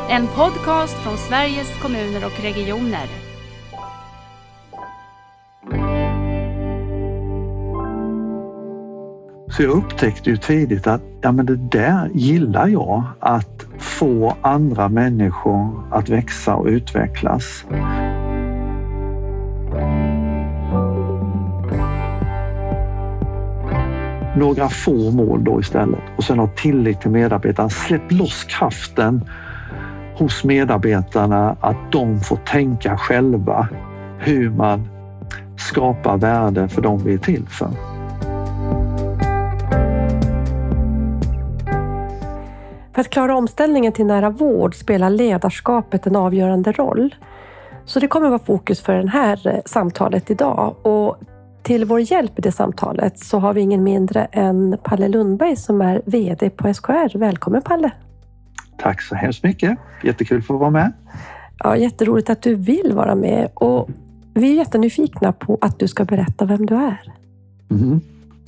En podcast från Sveriges kommuner och regioner. Så jag upptäckte ju tidigt att det där gillar jag, att få andra människor att växa och utvecklas. Några få mål då istället och sen ha tillit till medarbetarna. Släpp loss kraften hos medarbetarna att de får tänka själva hur man skapar värde för dem vi är till för. För att klara omställningen till nära vård spelar ledarskapet en avgörande roll. Så det kommer vara fokus för det här samtalet idag. Och till vår hjälp i det samtalet så har vi ingen mindre än Palle Lundberg som är VD på SKR. Välkommen Palle! Tack så hemskt mycket! Jättekul för att vara med. Ja, jätteroligt att du vill vara med. Och vi är jättenyfikna på att du ska berätta vem du är. Mm.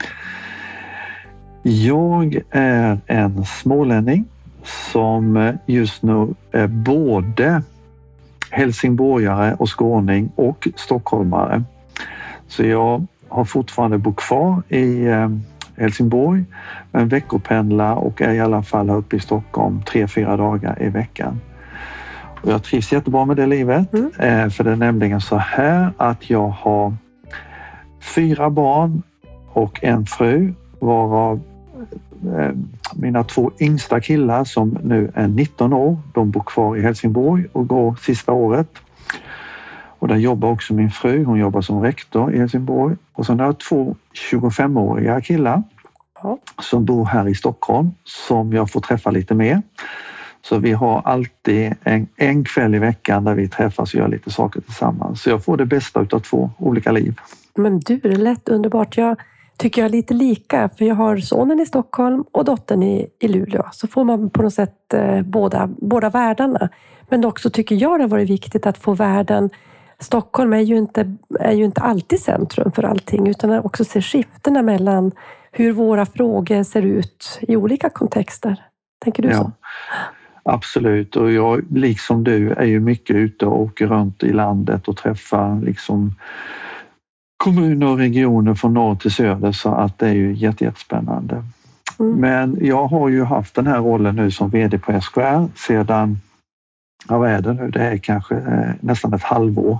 Jag är en smålänning som just nu är både helsingborgare och skåning och stockholmare. Så jag har fortfarande bott kvar i Helsingborg, men veckopendlar och är i alla fall uppe i Stockholm 3-4 dagar i veckan. Och jag trivs jättebra med det livet, för det är nämligen så här att jag har 4 barn och en fru, varav mina 2 yngsta killar som nu är 19 år, de bor kvar i Helsingborg och går sista året. Och där jobbar också min fru, hon jobbar som rektor i Helsingborg. Och sen har jag 2 25-åriga killar som bor här i Stockholm som jag får träffa lite mer. Så vi har alltid en kväll i veckan där vi träffas och gör lite saker tillsammans. Så jag får det bästa utav 2 olika liv. Men du, det är lätt underbart. Jag tycker jag är lite lika, för jag har sonen i Stockholm och dottern i Luleå. Så får man på något sätt båda världarna. Men också tycker jag det har varit viktigt att få världen. Stockholm är ju inte alltid centrum för allting, utan att också se skiftena mellan hur våra frågor ser ut i olika kontexter. Tänker du så? Absolut, och jag liksom du är ju mycket ute och åker runt i landet och träffar liksom kommuner och regioner från norr till söder, så att det är ju jättespännande. Men jag har ju haft den här rollen nu som VD på SKR sedan, vad är det nu? Det är kanske nästan ett halvår.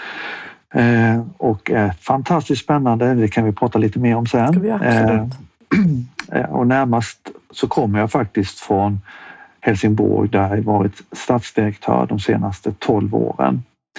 Och fantastiskt spännande, det kan vi prata lite mer om sen. Och närmast så kommer jag faktiskt från Helsingborg där jag varit stadsdirektör de senaste 12 åren.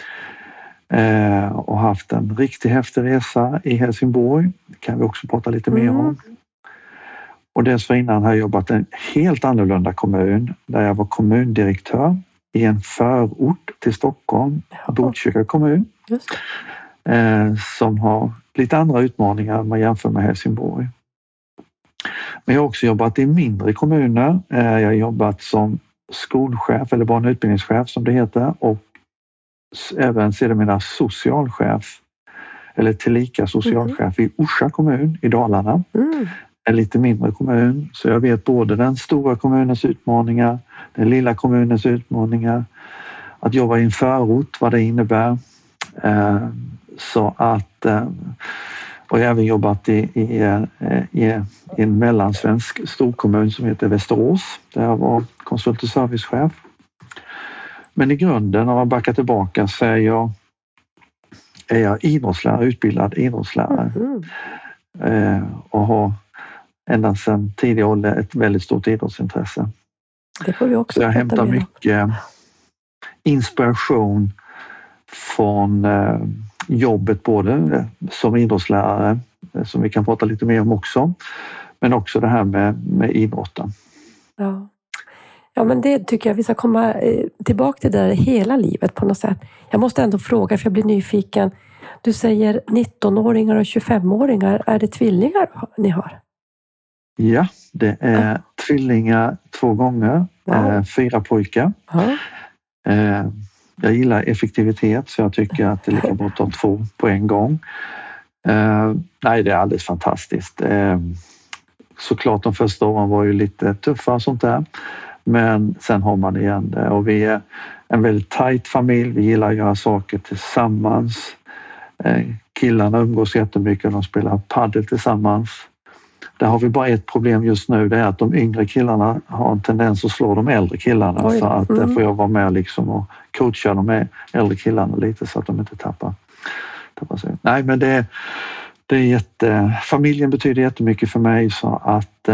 Och haft en riktigt häftig resa i Helsingborg. Det kan vi också prata lite mer om. Och dessförinnan har jag jobbat i en helt annorlunda kommun där jag var kommundirektör i en förort till Stockholm, Botkyrka kommun. Just det. Som har lite andra utmaningar om man jämför med Helsingborg. Men jag har också jobbat i mindre kommuner. Jag har jobbat som skolchef eller barn- och utbildningschef som det heter, och även sedermera socialchef eller tillika socialchef i Orsa kommun i Dalarna. En lite mindre kommun, så jag vet både den stora kommunens utmaningar, den lilla kommunens utmaningar, att jobba i en förort, vad det innebär. Så att, och jag har även jobbat i en mellansvensk storkommun som heter Västerås, där jag var konsult- och servicechef. Men i grunden, när man backar tillbaka, så är jag idrottslärare, utbildad idrottslärare. Och har ända sedan tidig ålder ett väldigt stort idrottsintresse. Det får vi också. Så jag hämtar mycket inspiration från jobbet både som idrottslärare, som vi kan prata lite mer om också, men också det här med idrotten. Ja, men det tycker jag vi ska komma tillbaka till det där hela livet på något sätt. Jag måste ändå fråga, för jag blir nyfiken. Du säger 19-åringar och 25-åringar. Är det tvillingar ni har? Ja, det är tvillingar 2 gånger. 4 pojkar. Jag gillar effektivitet, så jag tycker att det är lika bra att ta 2 på en gång. Nej, det är alldeles fantastiskt. Såklart de första åren var ju lite tuffa och sånt där. Men sen har man igen det, och vi är en väldigt tajt familj. Vi gillar att göra saker tillsammans. Killarna umgås jättemycket och de spelar paddel tillsammans. Där har vi bara ett problem just nu, det är att de yngre killarna har en tendens att slå de äldre killarna. Så att där får jag vara med liksom och coacha de äldre killarna lite så att de inte tappar sig. Nej, men det är familjen betyder jättemycket för mig, så att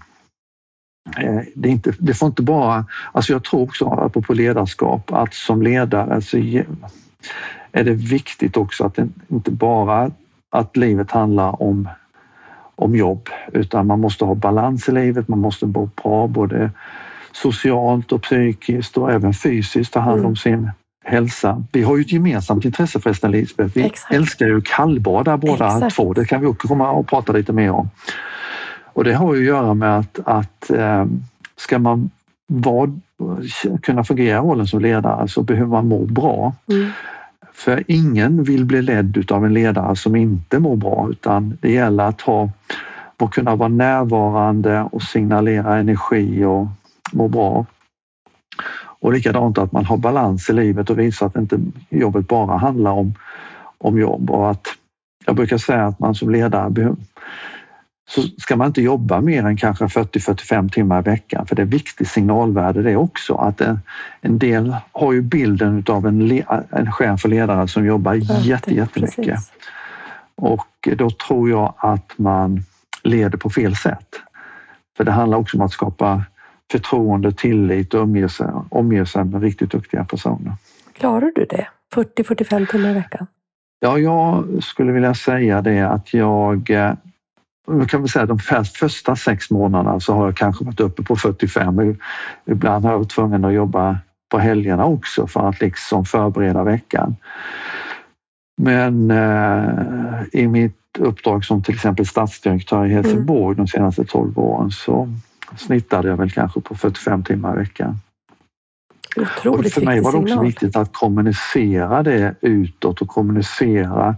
det får inte bara, alltså jag tror också apropå ledarskap, att som ledare så är det viktigt också att det inte bara att livet handlar om jobb, utan man måste ha balans i livet, man måste må bra både socialt och psykiskt och även fysiskt, ta hand om sin hälsa. Vi har ju ett gemensamt intresse förresten, Lisbeth. Vi älskar ju kallbada båda två, det kan vi också komma och prata lite mer om. Och det har ju att göra med att ska man kunna fungera rollen som ledare så behöver man må bra. För ingen vill bli ledd av en ledare som inte mår bra, utan det gäller att kunna vara närvarande och signalera energi och må bra. Och likadant att man har balans i livet och visar att inte jobbet bara handlar om jobb. Och att jag brukar säga att man som ledare så ska man inte jobba mer än kanske 40-45 timmar i veckan, för det är viktigt signalvärde det också. Att en del har ju bilden av en chef och ledare som jobbar jättemycket. Precis. Och då tror jag att man leder på fel sätt. För det handlar också om att skapa förtroende, tillit och omge sig med riktigt duktiga personer. Klarar du det? 40-45 timmar i veckan? Ja, jag skulle vilja säga det att jag kan väl säga de första 6 månaderna så har jag kanske varit uppe på 45. Ibland har jag varit tvungen att jobba på helgerna också för att liksom förbereda veckan. Men i mitt uppdrag som till exempel stadsdirektör i Helsingborg de senaste 12 åren så snittade jag väl kanske på 45 timmar i veckan. Otroligt. Och för mig var det också viktigt att kommunicera det utåt och kommunicera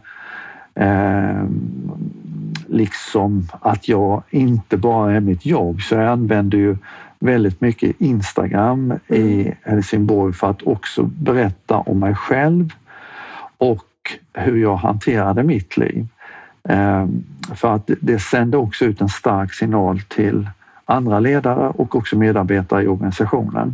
liksom att jag inte bara är mitt jobb, så jag använder ju väldigt mycket Instagram i Helsingborg för att också berätta om mig själv och hur jag hanterade mitt liv. För att det sänder också ut en stark signal till andra ledare och också medarbetare i organisationen.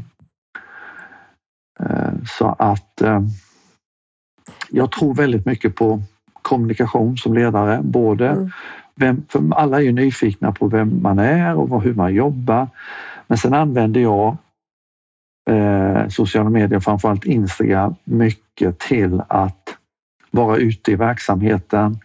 Så att jag tror väldigt mycket på kommunikation som ledare, både för alla är ju nyfikna på vem man är och hur man jobbar, men sen använder jag sociala medier, framförallt Instagram, mycket till att vara ute i verksamheten.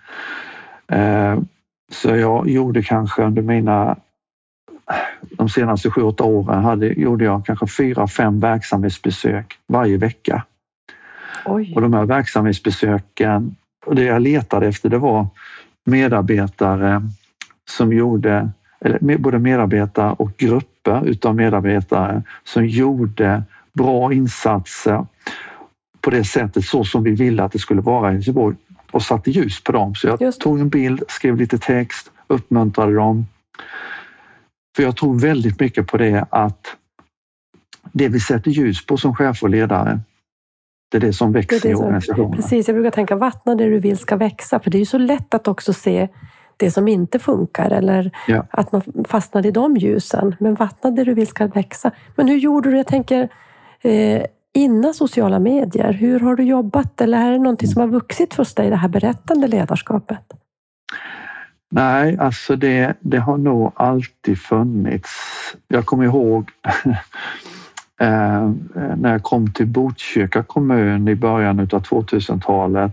Så jag gjorde kanske under de senaste 7-8 åren gjorde jag kanske 4-5 verksamhetsbesök varje vecka. Oj. Och de här verksamhetsbesöken, och det jag letade efter, det var medarbetare som gjorde, eller både medarbetare och grupper utav medarbetare som gjorde bra insatser på det sättet så som vi ville att det skulle vara i Helsingborg, och satte ljus på dem. Så jag tog en bild, skrev lite text, uppmuntrade dem. För jag tror väldigt mycket på det, att det vi sätter ljus på som chef och ledare, det är det som växer i organisationen. Precis, jag brukar tänka, vattna det du vill ska växa. För det är ju så lätt att också se det som inte funkar, eller att man fastnar i de ljusen. Men vattna det du vill ska växa. Men hur gjorde du? Jag tänker, innan sociala medier, hur har du jobbat? Eller är det någonting som har vuxit för dig, det här berättande ledarskapet? Nej, alltså det har nog alltid funnits. Jag kommer ihåg när jag kom till Botkyrka kommun i början av 2000-talet.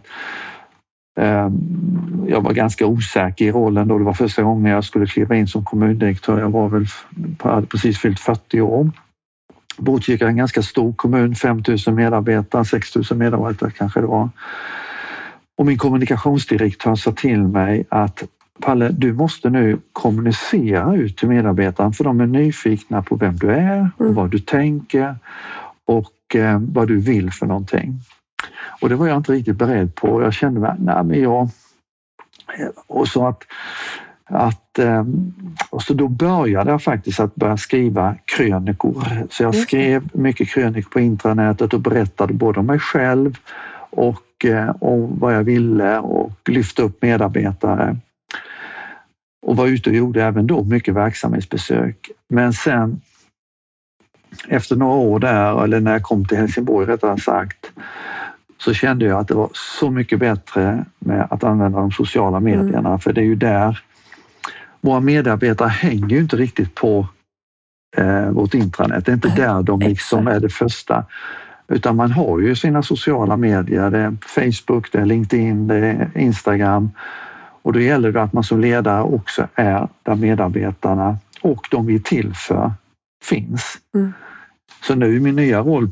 Jag var ganska osäker i rollen då. Det var första gången jag skulle kliva in som kommundirektör. Jag var väl hade precis fyllt 40 år. Botkyrka är en ganska stor kommun, 5 000 medarbetare, 6 000 medarbetare kanske det var. Och min kommunikationsdirektör sa till mig att Palle, du måste nu kommunicera ut till medarbetaren, för de är nyfikna på vem du är och vad du tänker och vad du vill för någonting. Och det var jag inte riktigt beredd på. Jag kände mig, och så att Och så då började jag faktiskt att börja skriva krönikor. Så jag skrev mycket krönikor på intranätet och berättade både om mig själv och vad jag ville och lyfte upp medarbetare. Och var ute och gjorde även då mycket verksamhetsbesök. Men sen efter några år där, eller när jag kom till Helsingborg rättare sagt, så kände jag att det var så mycket bättre med att använda de sociala medierna. För det är ju där våra medarbetare hänger ju inte riktigt på vårt intranät. Det är inte där de liksom är det första. Utan man har ju sina sociala medier. Det är Facebook, det är LinkedIn, det är Instagram. Och då gäller det att man som ledare också är där medarbetarna och de vi är till för finns. Så nu i min nya roll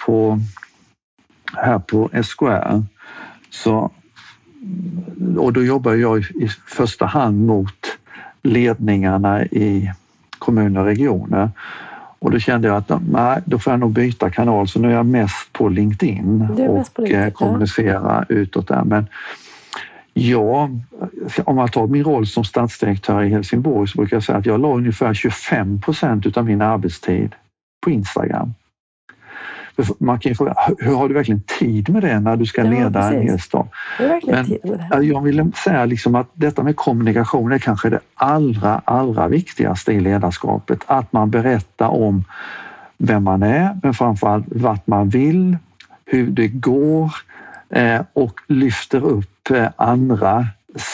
här på SKR och då jobbar jag i första hand mot ledningarna i kommuner och regioner. Och då kände jag att då får jag nog byta kanal, så nu är jag mest på LinkedIn och kommunicera utåt där. Men om man tar min roll som stadsdirektör i Helsingborg så brukar jag säga att jag la ungefär 25% av min arbetstid på Instagram. Man kan ju fråga, hur har du verkligen tid med det när du ska leda en hel stad? Jag vill säga liksom att detta med kommunikation är kanske det allra viktigaste i ledarskapet. Att man berättar om vem man är, men framförallt vart man vill, hur det går och lyfter upp andra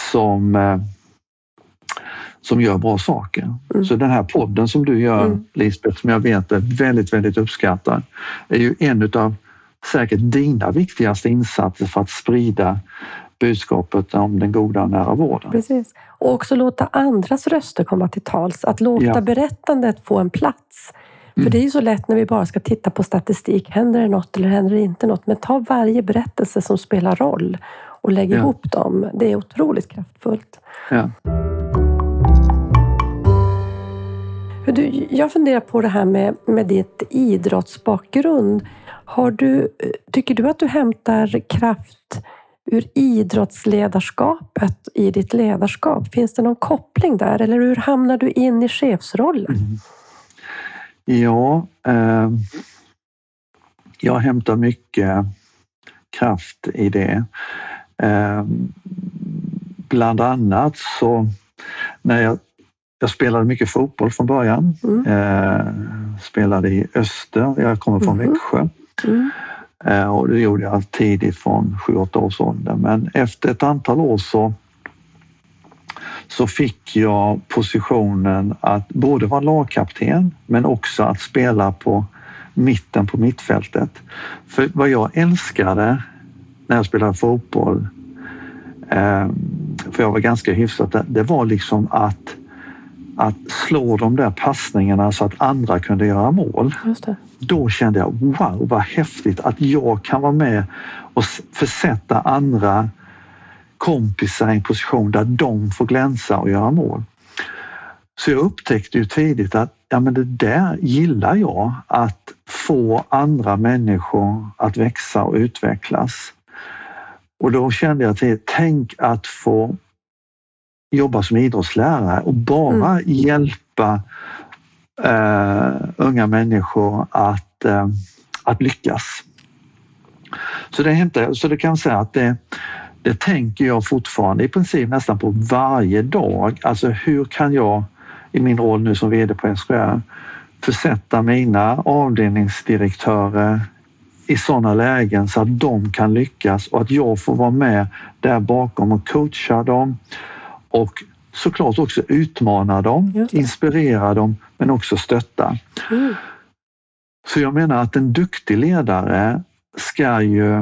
som gör bra saker. Så den här podden som du gör, Lisbeth, som jag vet är väldigt, väldigt uppskattad, är ju en av säkert dina viktigaste insatser för att sprida budskapet om den goda och nära vården. Precis. Och också låta andras röster komma till tals. Att låta berättandet få en plats. För det är ju så lätt när vi bara ska titta på statistik. Händer det något eller händer det inte något? Men ta varje berättelse som spelar roll och lägg ihop dem. Det är otroligt kraftfullt. Ja. Jag funderar på det här med ditt idrottsbakgrund. Tycker du att du hämtar kraft ur idrottsledarskapet i ditt ledarskap? Finns det någon koppling där? Eller hur hamnar du in i chefsrollen? Ja, jag hämtar mycket kraft i det. Bland annat så när jag spelade mycket fotboll från början. Spelade i Öster. Jag kommer från Växjö. Och det gjorde jag tidigt från 7-8 års ålder. Men efter ett antal år så fick jag positionen att både vara lagkapten men också att spela på mitten på mittfältet. För vad jag älskade när jag spelade fotboll, för jag var ganska hyfsat, det var liksom att slå de där passningarna så att andra kunde göra mål. Just det. Då kände jag, wow, vad häftigt att jag kan vara med och försätta andra kompisar i en position där de får glänsa och göra mål. Så jag upptäckte ju tidigt att men det där gillar jag, att få andra människor att växa och utvecklas. Och då kände jag att tänk att få jobba som idrottslärare och bara hjälpa unga människor att lyckas. Så det kan jag säga att det tänker jag fortfarande i princip nästan på varje dag. Alltså hur kan jag i min roll nu som vd på SKR försätta mina avdelningsdirektörer i sådana lägen så att de kan lyckas och att jag får vara med där bakom och coacha dem och såklart också utmana dem, inspirera dem men också stötta. Så jag menar att en duktig ledare ska ju...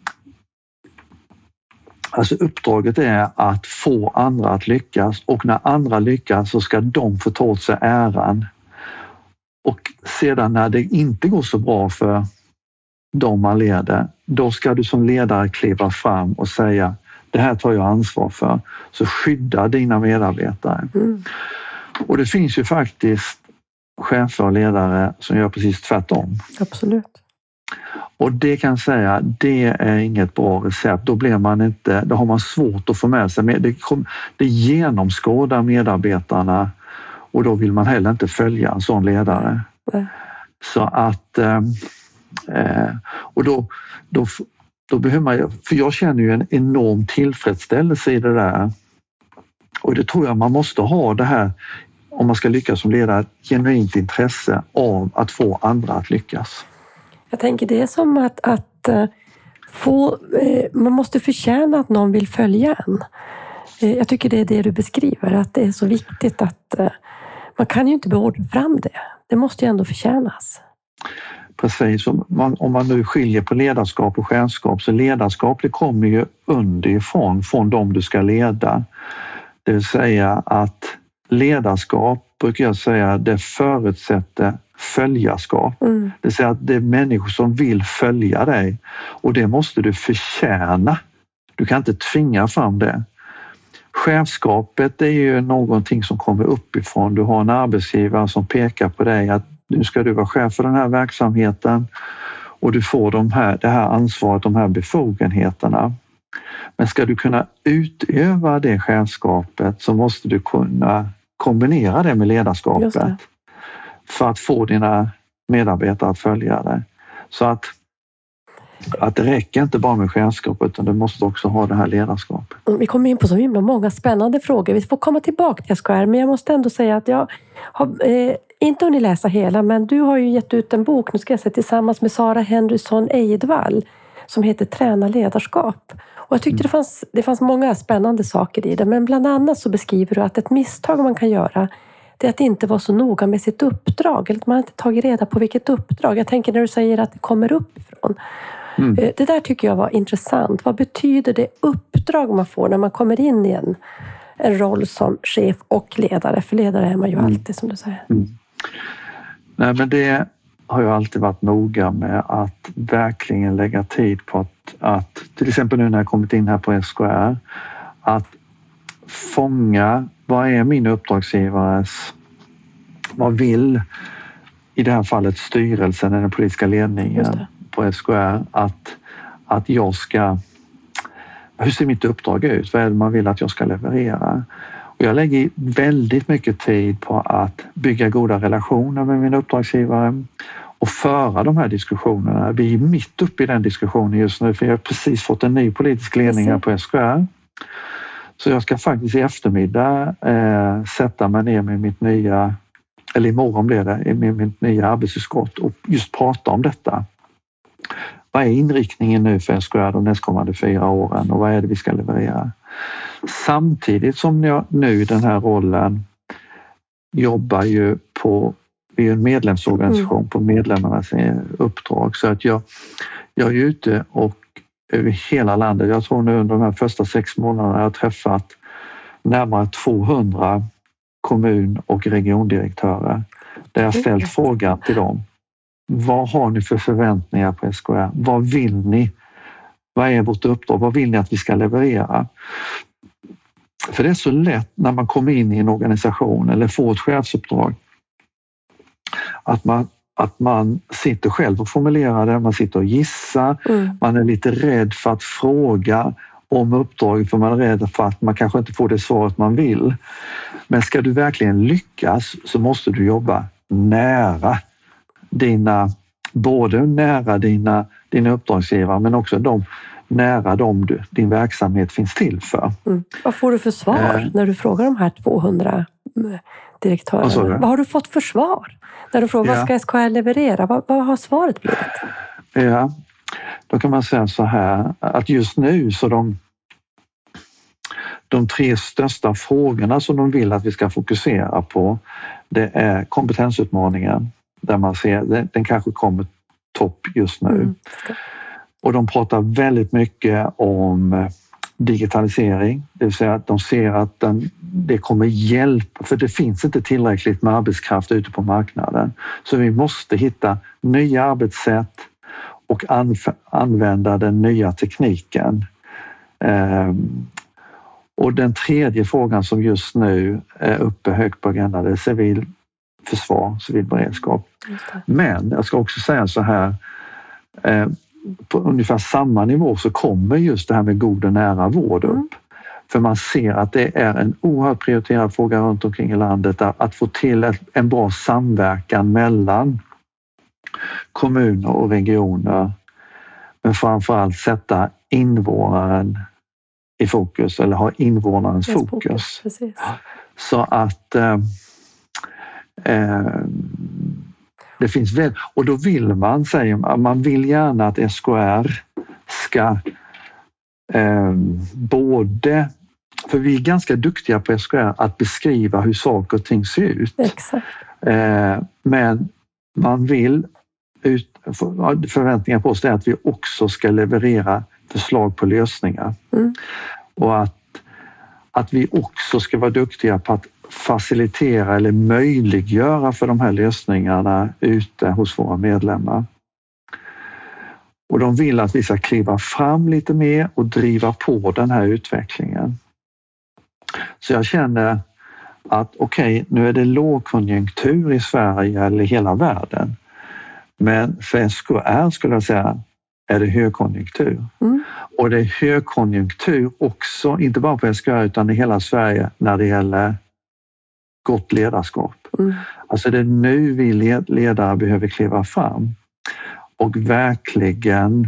Alltså uppdraget är att få andra att lyckas och när andra lyckas så ska de få ta åt sig äran. Och sedan när det inte går så bra för de man leder, då ska du som ledare kliva fram och säga det här tar jag ansvar för. Så skydda dina medarbetare. Och det finns ju faktiskt chefer och ledare som gör precis tvärtom. Absolut. Och det kan jag säga, det är inget bra recept. Då har man svårt att få med sig. Det genomskådar medarbetarna och då vill man heller inte följa en sån ledare. Så att och då behöver man, för jag känner ju en enorm tillfredsställelse i det där. Och det tror jag man måste ha det här, om man ska lyckas som ledare, ett genuint intresse av att få andra att lyckas. Jag tänker det är som att man måste förtjäna att någon vill följa en. Jag tycker det är det du beskriver, att det är så viktigt att man kan ju inte beordra fram det. Det måste ju ändå förtjänas. Precis, om man nu skiljer på ledarskap och chefskap, så ledarskap det kommer ju underifrån, från dem du ska leda. Det vill säga att ledarskap, brukar jag säga, det förutsätter följarskap. Det vill säga att det är människor som vill följa dig och det måste du förtjäna. Du kan inte tvinga fram det. Chefskapet är ju någonting som kommer uppifrån. Du har en arbetsgivare som pekar på dig att nu ska du vara chef för den här verksamheten och du får det här ansvaret, de här befogenheterna. Men ska du kunna utöva det chefskapet så måste du kunna kombinera det med ledarskapet för att få dina medarbetare att följa det. Så att det räcker inte bara med chefskapet utan du måste också ha det här ledarskapet. Vi kommer in på så himla många spännande frågor. Vi får komma tillbaka till SKR, men jag måste ändå säga att jag har inte hunnit läsa hela, men du har ju gett ut en bok, nu ska jag säga, tillsammans med Sara Henriksson Eidvall som heter Träna ledarskap. Och jag tyckte det fanns många spännande saker i det, men bland annat så beskriver du att ett misstag man kan göra det är att inte vara så noga med sitt uppdrag, eller att man inte tagit reda på vilket uppdrag. Jag tänker när du säger att det kommer uppifrån. Det där tycker jag var intressant. Vad betyder det uppdrag man får när man kommer in i en roll som chef och ledare? För ledare är man ju alltid, som du säger. Nej, men det har jag alltid varit noga med, att verkligen lägga tid på att till exempel nu när jag kommit in här på SKR, att fånga vad är min uppdragsgivares, vad vill i det här fallet styrelsen eller den politiska ledningen på SKR, att jag ska, hur ser mitt uppdrag ut? Vad är det man vill att jag ska leverera? Och jag lägger väldigt mycket tid på att bygga goda relationer med min uppdragsgivare och föra de här diskussionerna. Vi är mitt uppe i den diskussionen just nu, för jag har precis fått en ny politisk ledning här på SKR. Så jag ska faktiskt i eftermiddag sätta mig ner med mitt nya, eller imorgon blir det, med mitt nya arbetsutskott och just prata om detta. Vad är inriktningen nu för SKR de nästkommande 4 åren och vad är det vi ska leverera? Samtidigt som jag nu i den här rollen jobbar ju vi är en medlemsorganisation på medlemmarnas uppdrag, så att jag är ute och över hela landet. Jag tror nu under de här första 6 månaderna har jag träffat närmare 200 kommun- och regiondirektörer där jag ställt frågan till dem. Vad har ni för förväntningar på SKR? Vad vill ni? Vad är vårt uppdrag? Vad vill ni att vi ska leverera? För det är så lätt när man kommer in i en organisation eller får ett chefsuppdrag att man sitter själv och formulerar det, man sitter och gissar, man är lite rädd för att fråga om uppdraget för man är rädd för att man kanske inte får det svaret man vill. Men ska du verkligen lyckas så måste du jobba nära dina uppdragsgivare, men också nära dem din verksamhet finns till för. Vad får du för svar när du frågar de här 200 direktörerna? Vad har du fått för svar? När du frågar vad ska SKR leverera? Vad har svaret blivit? Ja, då kan man säga så här att just nu så de 3 största frågorna som de vill att vi ska fokusera på, det är kompetensutmaningen, där man ser den kanske kommer topp just nu. Och de pratar väldigt mycket om digitalisering, det vill säga att de ser att det kommer hjälpa, för det finns inte tillräckligt med arbetskraft ute på marknaden. Så vi måste hitta nya arbetssätt och använda den nya tekniken. Och den tredje frågan som just nu är uppe högt på agendan, det är civilförsvar, civil beredskap. Men jag ska också säga så här, på ungefär samma nivå så kommer just det här med god och nära vård upp. För man ser att det är en oerhört prioriterad fråga runt omkring i landet att få till en bra samverkan mellan kommuner och regioner. Men framförallt sätta invånaren i fokus eller ha invånarens fokus. Precis. Så att det finns väl, och då vill man vill gärna att SKR ska både, för vi är ganska duktiga på SKR att beskriva hur saker och ting ser ut. Exakt. Men man vill förväntningar på oss är att vi också ska leverera förslag på lösningar. Och att vi också ska vara duktiga på att facilitera eller möjliggöra för de här lösningarna ute hos våra medlemmar. Och de vill att vi ska kliva fram lite mer och driva på den här utvecklingen. Så jag känner att okej, nu är det lågkonjunktur i Sverige eller i hela världen. Men för SKR skulle jag säga är det högkonjunktur. Och det är högkonjunktur också, inte bara på SKR utan i hela Sverige när det gäller gott ledarskap. Alltså det är nu vi ledare behöver kliva fram och verkligen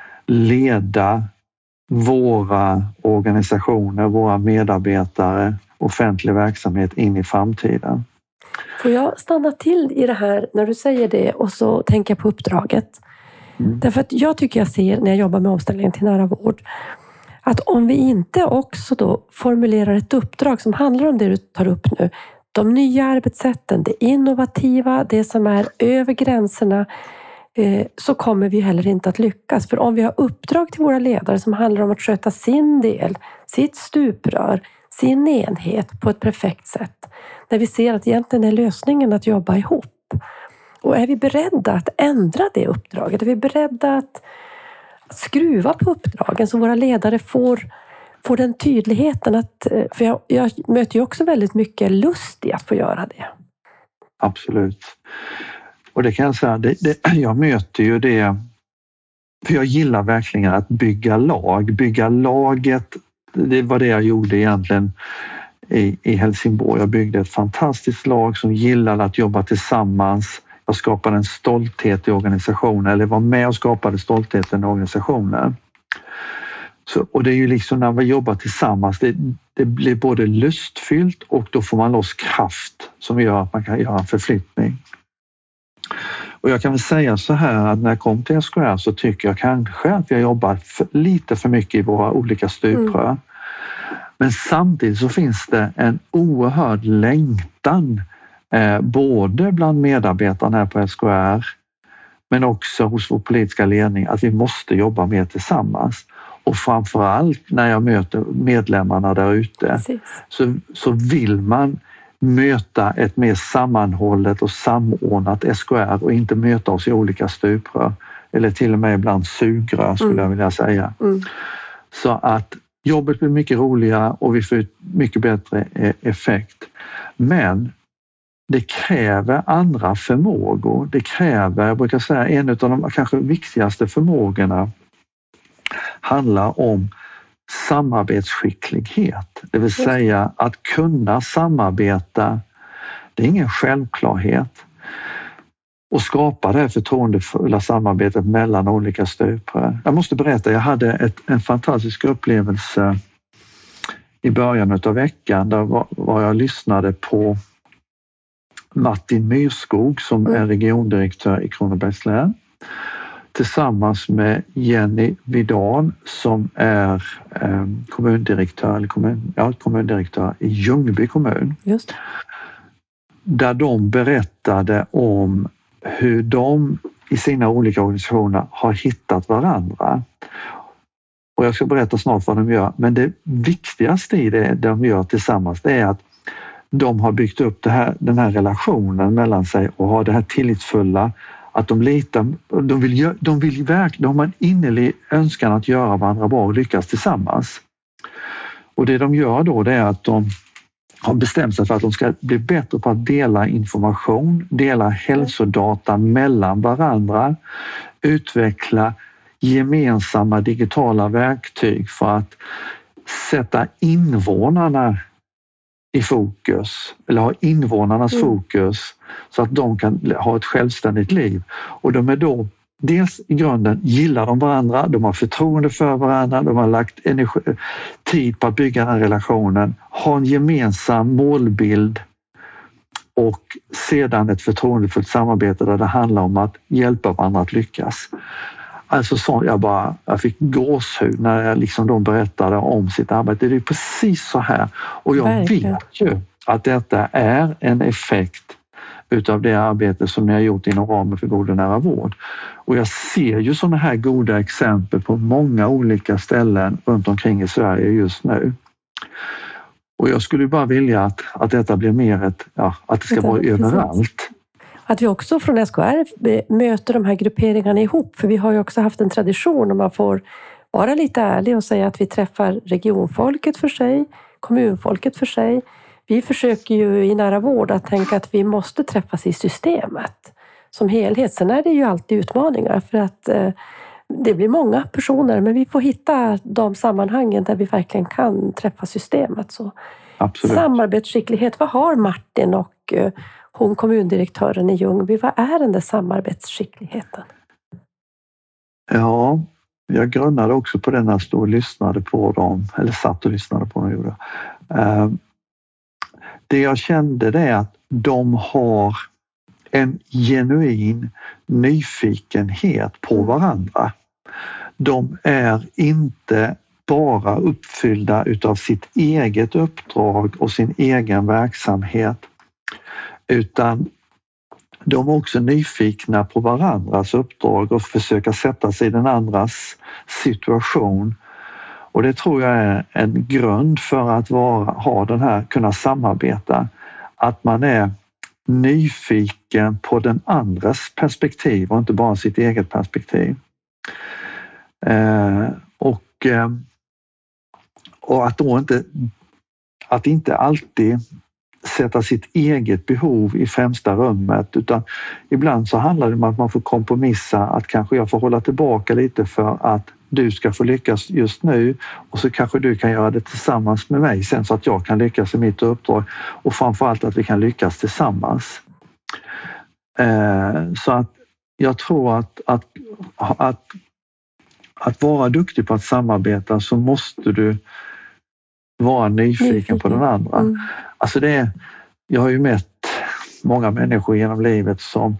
leda våra organisationer, våra medarbetare, offentlig verksamhet in i framtiden. Får jag stanna till i det här när du säger det och så tänker jag på uppdraget? Därför att jag tycker jag ser när jag jobbar med omställningen till nära vård att om vi inte också då formulerar ett uppdrag som handlar om det du tar upp nu, de nya arbetssätten, det innovativa, det som är över gränserna, så kommer vi heller inte att lyckas. För om vi har uppdrag till våra ledare som handlar om att sköta sin del, sitt stuprör, sin enhet på ett perfekt sätt, när vi ser att egentligen är lösningen att jobba ihop. Och är vi beredda att ändra det uppdraget? Är vi beredda att skruva på uppdragen så våra ledare får den tydligheten att, för jag möter ju också väldigt mycket lust i att få göra det. Absolut. Och det kan jag säga, jag möter ju det, för jag gillar verkligen att bygga lag. Bygga laget, det var det jag gjorde egentligen i Helsingborg. Jag byggde ett fantastiskt lag som gillade att jobba tillsammans. Jag skapade en stolthet i organisationen, eller var med och skapade stoltheten i organisationen. Och det är ju liksom när vi jobbar tillsammans, det blir både lustfyllt och då får man loss kraft som gör att man kan göra en förflyttning. Och jag kan väl säga så här att när jag kom till SKR så tycker jag kanske att vi har jobbat lite för mycket i våra olika stuprör. Men samtidigt så finns det en oerhörd längtan både bland medarbetarna här på SKR men också hos vår politiska ledning att vi måste jobba mer tillsammans. Och framförallt när jag möter medlemmarna där ute så vill man möta ett mer sammanhållet och samordnat SKR och inte möta oss i olika stuprör eller till och med ibland sugrör skulle jag vilja säga. Så att jobbet blir mycket roligare och vi får ut mycket bättre effekt. Men det kräver andra förmågor. Det kräver, jag brukar säga, en av de kanske viktigaste förmågorna handlar om samarbetsskicklighet. Det vill säga att kunna samarbeta, det är ingen självklarhet. Och skapa det här förtroendefulla samarbetet mellan olika stuprör. Jag måste berätta, jag hade en fantastisk upplevelse i början av veckan där jag lyssnade på Martin Myrskog som är regiondirektör i Kronobergs län tillsammans med Jenny Vidal som är kommundirektör i Ljungby kommun. Just. Där de berättade om hur de i sina olika organisationer har hittat varandra. Och jag ska berätta snart vad de gör. Men det viktigaste i det de gör tillsammans det är att de har byggt upp den här relationen mellan sig och har det här tillitsfulla att de litar, de har en innerlig önskan att göra varandra bra och lyckas tillsammans. Och det de gör då det är att har bestämt sig för att de ska bli bättre på att dela information, dela hälsodata mellan varandra, utveckla gemensamma digitala verktyg för att sätta invånarna i fokus, eller ha invånarnas fokus så att de kan ha ett självständigt liv. Och de är då dels i grunden gillar de varandra, de har förtroende för varandra, de har lagt tid på att bygga den relationen, har en gemensam målbild och sedan ett förtroendefullt samarbete där det handlar om att hjälpa varandra att lyckas. Alltså så jag fick gåshud när de berättade om sitt arbete. Det är precis så här. Och jag vet ju att detta är en effekt utav det arbete som ni har gjort inom ramen för god och nära vård. Och jag ser ju sådana här goda exempel på många olika ställen runt omkring i Sverige just nu. Och jag skulle bara vilja att detta blir mer att det ska vara överallt. Att vi också från SKR möter de här grupperingarna ihop. För vi har ju också haft en tradition om man får vara lite ärlig och säga att vi träffar regionfolket för sig, kommunfolket för sig. Vi försöker ju i nära vård att tänka att vi måste träffas i systemet som helhet. Sen är det ju alltid utmaningar för att det blir många personer, men vi får hitta de sammanhangen där vi verkligen kan träffa systemet. Så absolut. Samarbetsskicklighet, vad har Martin och hon kommundirektören i Ljungby, vad är den där samarbetsskickligheten? Ja, jag grunnade också på den när jag stod och lyssnade på dem, eller satt och lyssnade på dem. Det jag kände det är att de har en genuin nyfikenhet på varandra. De är inte bara uppfyllda utav sitt eget uppdrag och sin egen verksamhet, utan de är också nyfikna på varandras uppdrag och försöka sätta sig i den andras situation. Och det tror jag är en grund för att ha den här, kunna samarbeta. Att man är nyfiken på den andras perspektiv och inte bara sitt eget perspektiv. Och att då inte alltid sätta sitt eget behov i främsta rummet, utan ibland så handlar det om att man får kompromissa, att kanske jag får hålla tillbaka lite för att du ska få lyckas just nu och så kanske du kan göra det tillsammans med mig sen så att jag kan lyckas i mitt uppdrag och framförallt att vi kan lyckas tillsammans. Så att jag tror att vara duktig på att samarbeta så måste du vara nyfiken på den andra. Alltså jag har ju mött många människor genom livet som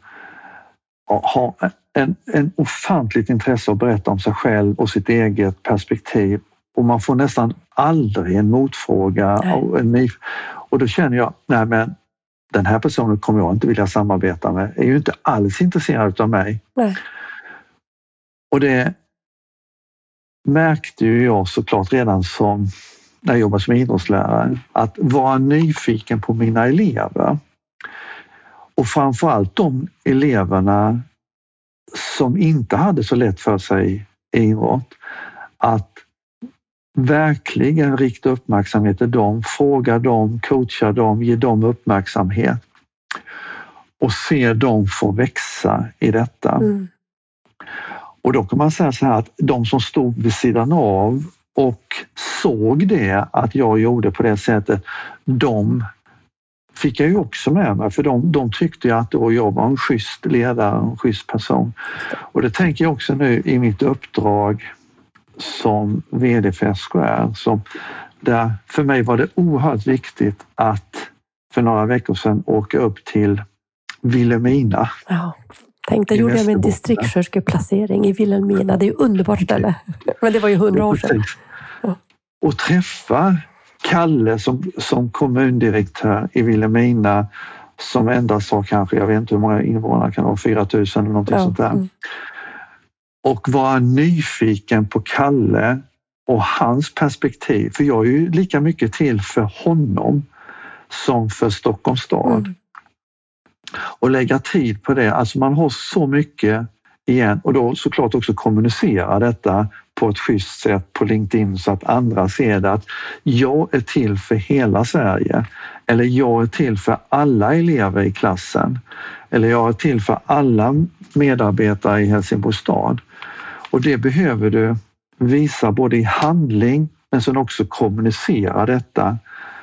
har en ofantligt intresse att berätta om sig själv och sitt eget perspektiv. Och man får nästan aldrig en motfråga. Och då känner jag, nej men den här personen kommer jag inte vilja samarbeta med. Är ju inte alls intresserad av mig. Nej. Och det märkte ju jag såklart redan när jag jobbade som idrottslärare. Att vara nyfiken på mina elever. Och framförallt de eleverna som inte hade så lätt för sig i idrott, att verkligen rikta uppmärksamhet till dem, fråga dem, coacha dem, ge dem uppmärksamhet och se dem få växa i detta. Och då kan man säga så här att de som stod vid sidan av och såg det att jag gjorde på det sättet, de fick jag ju också med mig, för de tyckte ju att jag var en schysst ledare, en schysst person. Och det tänker jag också nu i mitt uppdrag som vd för SKR. Där för mig var det oerhört viktigt att för några veckor sedan åka upp till Vilhelmina. Ja, tänkte gjorde jag med en distriktssköterskeplacering i Vilhelmina. Det är ju ett underbart ställe. Men det var ju 100 år sedan. Ja. Och träffa Kalle som kommundirektör i Vilhelmina som endast har kanske, jag vet inte hur många invånare kan ha, 4 000 eller någonting sånt där. Och vara nyfiken på Kalle och hans perspektiv. För jag är ju lika mycket till för honom som för Stockholms stad. Och lägga tid på det. Alltså man har så mycket igen och då såklart också kommunicera detta på ett schysst sätt på LinkedIn så att andra ser det, att jag är till för hela Sverige, eller jag är till för alla elever i klassen, eller jag är till för alla medarbetare i Helsingborgs stad. Och det behöver du visa både i handling men sen också kommunicera detta.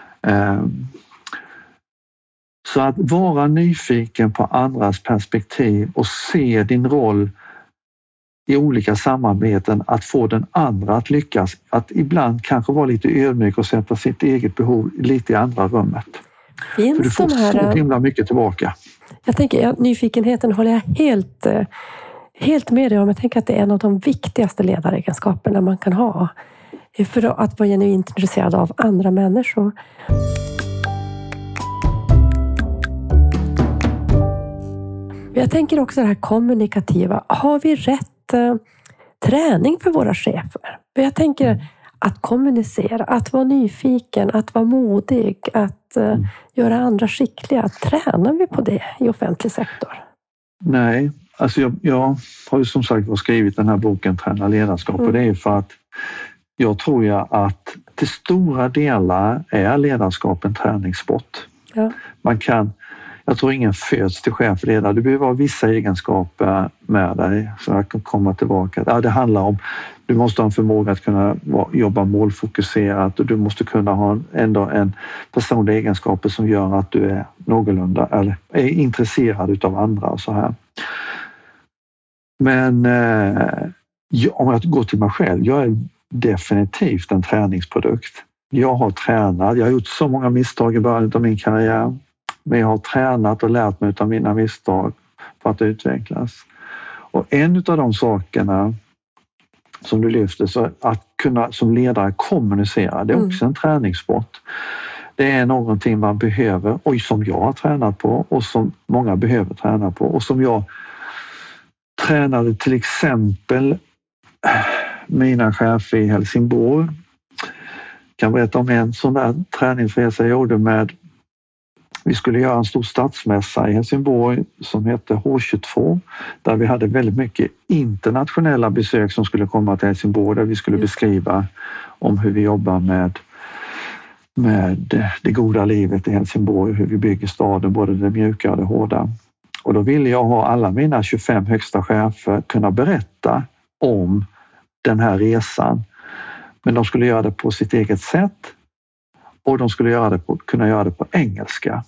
Så att vara nyfiken på andras perspektiv och se din roll i olika samarbeten, att få den andra att lyckas, att ibland kanske vara lite ödmjuk och sätta sitt eget behov lite i andra rummet. För du får så himla mycket tillbaka. Jag tänker, nyfikenheten håller jag helt med dig om. Jag tänker att det är en av de viktigaste ledaregenskaperna man kan ha. För att vara genuint intresserad av andra människor. Jag tänker också det här kommunikativa. Har vi rätt träning för våra chefer? För jag tänker att kommunicera, att vara nyfiken, att vara modig, att göra andra skickliga. Tränar vi på det i offentlig sektor? Nej, alltså jag har ju som sagt skrivit den här boken Träna ledarskap och det är för att jag tror ju att till stora delar är ledarskap en träningssport. Ja. Jag tror ingen föds till chefledare. Du behöver ha vissa egenskaper med dig så jag kan komma tillbaka. Ja, det handlar om du måste ha en förmåga att kunna jobba målfokuserat och du måste kunna ha ändå en personlig egenskaper som gör att du är någorlunda eller är intresserad utav andra och så här. Men om jag går till mig själv, jag är definitivt en träningsprodukt. Jag har tränat, jag har gjort så många misstag i början av min karriär. Men jag har tränat och lärt mig av mina misstag för att utvecklas. Och en av de sakerna som du lyfter, så att kunna som ledare kommunicera, det är också en träningssport. Det är någonting man behöver och som jag har tränat på och som många behöver träna på. Och som jag tränade till exempel mina chefer i Helsingborg. Jag kan berätta om en sån där träningsresa jag gjorde med. Vi skulle göra en stor stadsmässa i Helsingborg som hette H22 där vi hade väldigt mycket internationella besök som skulle komma till Helsingborg där vi skulle beskriva om hur vi jobbar med det goda livet i Helsingborg, hur vi bygger staden, både det mjuka och det hårda. Och då ville jag ha alla mina 25 högsta chefer kunna berätta om den här resan. Men de skulle göra det på sitt eget sätt. Och de skulle kunna göra det på engelska.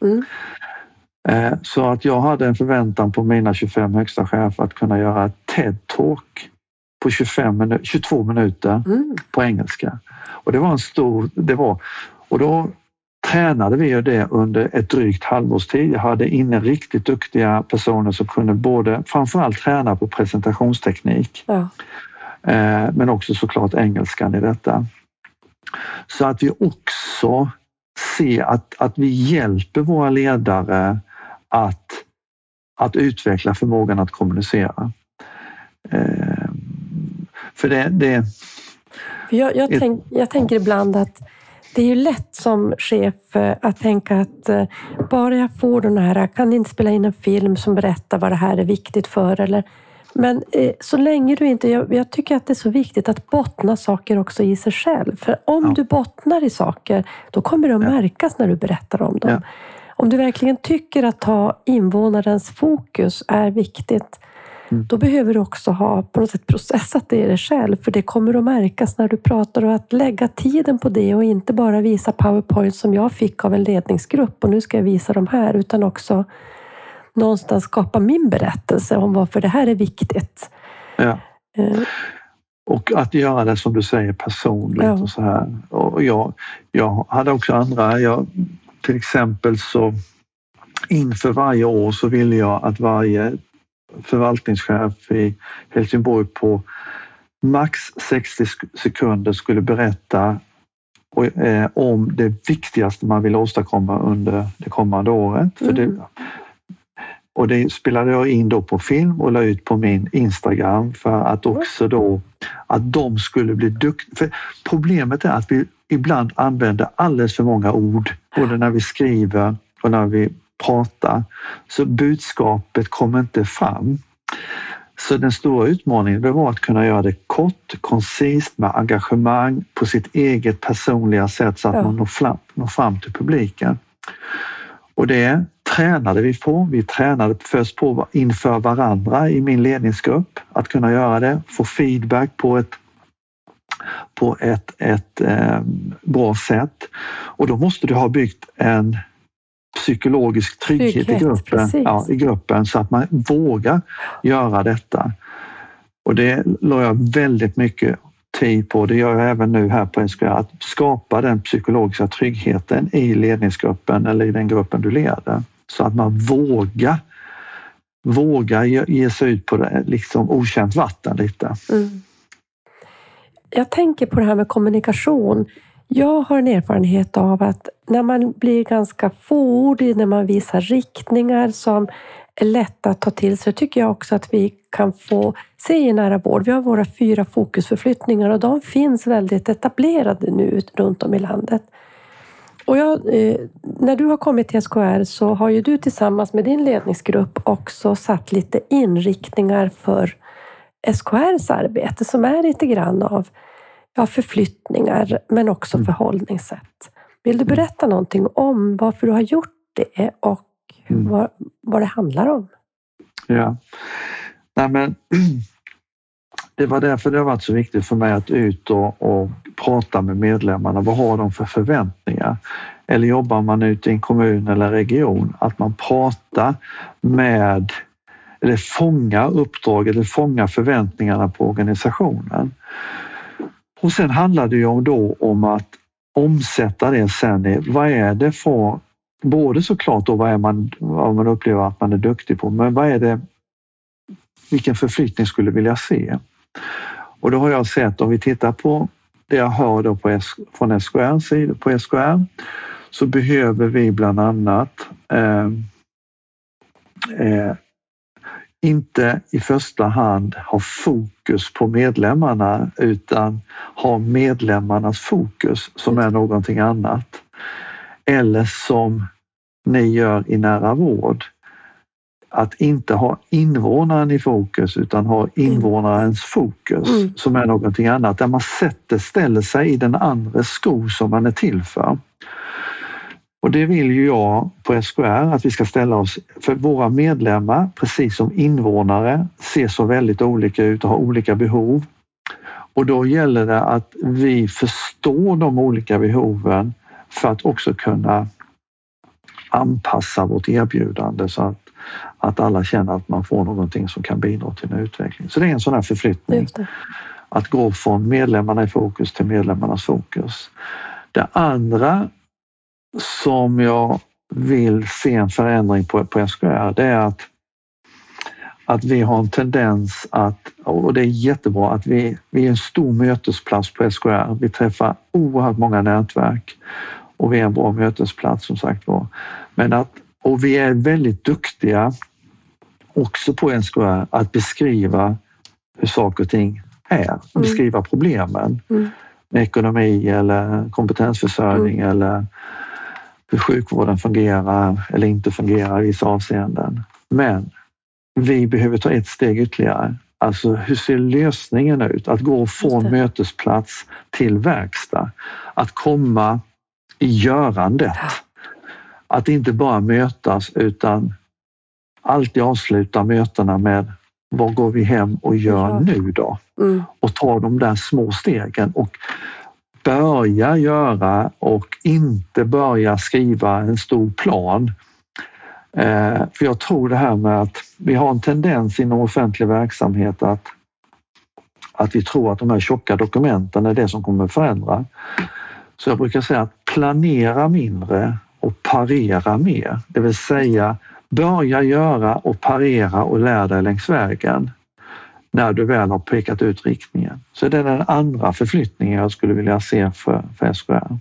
Så att jag hade en förväntan på mina 25 högsta chefer att kunna göra ett TED-talk på 22 minuter på engelska. Och det var och då tränade vi ju det under ett drygt halvårs tid. Jag hade inne riktigt duktiga personer som kunde framförallt träna på presentationsteknik. Ja. Men också såklart engelskan i detta. Så att vi också ser att vi hjälper våra ledare att utveckla förmågan att kommunicera. För det jag tänker ibland att det är ju lätt som chef att tänka att bara jag får den här, kan inte spela in en film som berättar vad det här är viktigt för men så länge du inte, jag tycker att det är så viktigt att bottna saker också i sig själv. För om du bottnar i saker, då kommer det att märkas när du berättar om dem. Ja. Om du verkligen tycker att ta invånarens fokus är viktigt, då behöver du också ha på något sätt processat det i dig själv. För det kommer att märkas när du pratar och att lägga tiden på det och inte bara visa PowerPoint som jag fick av en ledningsgrupp och nu ska jag visa dem här, utan också någonstans skapa min berättelse om varför det här är viktigt. Ja. Och att göra det som du säger personligt och så här. Och jag hade också andra, till exempel så inför varje år så ville jag att varje förvaltningschef i Helsingborg på max 60 sekunder skulle berätta om det viktigaste man vill åstadkomma under det kommande året. Och det spelade jag in då på film och la ut på min Instagram för att också då att de skulle bli duktiga. För problemet är att vi ibland använder alldeles för många ord både när vi skriver och när vi pratar. Så budskapet kommer inte fram. Så den stora utmaningen det var att kunna göra det kort, koncist med engagemang på sitt eget personliga sätt så att man når fram till publiken. Och det tränade vi på. Vi tränade först på inför varandra i min ledningsgrupp att kunna göra det, få feedback på ett bra sätt. Och då måste du ha byggt en psykologisk trygghet i gruppen så att man vågar göra detta. Och det la jag väldigt mycket tid på. Det gör jag även nu här på SKR, att skapa den psykologiska tryggheten i ledningsgruppen eller i den gruppen du leder. Så att man vågar ge sig ut på det, liksom okänt vatten lite. Mm. Jag tänker på det här med kommunikation. Jag har en erfarenhet av att när man blir ganska fåordig, när man visar riktningar som är lätta att ta till sig, tycker jag också att vi kan få se i nära vård. Vi har våra 4 fokusförflyttningar och de finns väldigt etablerade nu runt om i landet. Och när du har kommit till SKR så har ju du tillsammans med din ledningsgrupp också satt lite inriktningar för SKRs arbete som är lite grann av förflyttningar men också förhållningssätt. Vill du berätta någonting om varför du har gjort det och vad det handlar om? Ja, nej men det var därför det har varit så viktigt för mig att ut och prata med medlemmarna. Vad har de för förväntningar? Eller jobbar man ute i en kommun eller region? Att man pratar med eller fångar uppdraget eller fångar förväntningarna på organisationen. Och sen handlar det ju om att omsätta det sen i vad är det för, både såklart då vad man upplever att man är duktig på, men vad är det, vilken förflyttning skulle vilja se? Och då har jag sett, om vi tittar på det jag hör då från SKR:s sida på SKR, så behöver vi bland annat inte i första hand ha fokus på medlemmarna utan ha medlemmarnas fokus som är någonting annat. Eller som ni gör i nära vård, att inte ha invånaren i fokus utan ha invånarens fokus som är någonting annat. Där man ställer sig i den andra sko som man är till för. Och det vill ju jag på SKR att vi ska ställa oss, för våra medlemmar, precis som invånare, ser så väldigt olika ut och har olika behov. Och då gäller det att vi förstår de olika behoven för att också kunna anpassa vårt erbjudande så att alla känner att man får någonting som kan bidra till en utveckling. Så det är en sån här förflyttning. Att gå från medlemmarna i fokus till medlemmarnas fokus. Det andra som jag vill se en förändring på SKR, det är att vi har en tendens och det är jättebra att vi är en stor mötesplats på SKR. Vi träffar oerhört många nätverk och vi är en bra mötesplats som sagt var. Och vi är väldigt duktiga också på SKR att beskriva hur saker och ting är. Beskriva problemen med ekonomi eller kompetensförsörjning eller hur sjukvården fungerar eller inte fungerar i vissa avseenden. Men vi behöver ta ett steg ytterligare. Alltså hur ser lösningen ut? Att gå från mötesplats till verkstad. Att komma i görandet. Att inte bara mötas utan alltid avsluta mötena med vad går vi hem och gör nu då? Och ta de där små stegen och börja göra och inte börja skriva en stor plan. För jag tror det här med att vi har en tendens inom offentlig verksamhet att vi tror att de här tjocka dokumenten är det som kommer att förändra. Så jag brukar säga att planera mindre och parera mer. Det vill säga börja göra och parera och lära dig längs vägen när du väl har pekat ut riktningen. Så det är den andra förflyttningen jag skulle vilja se för SKR.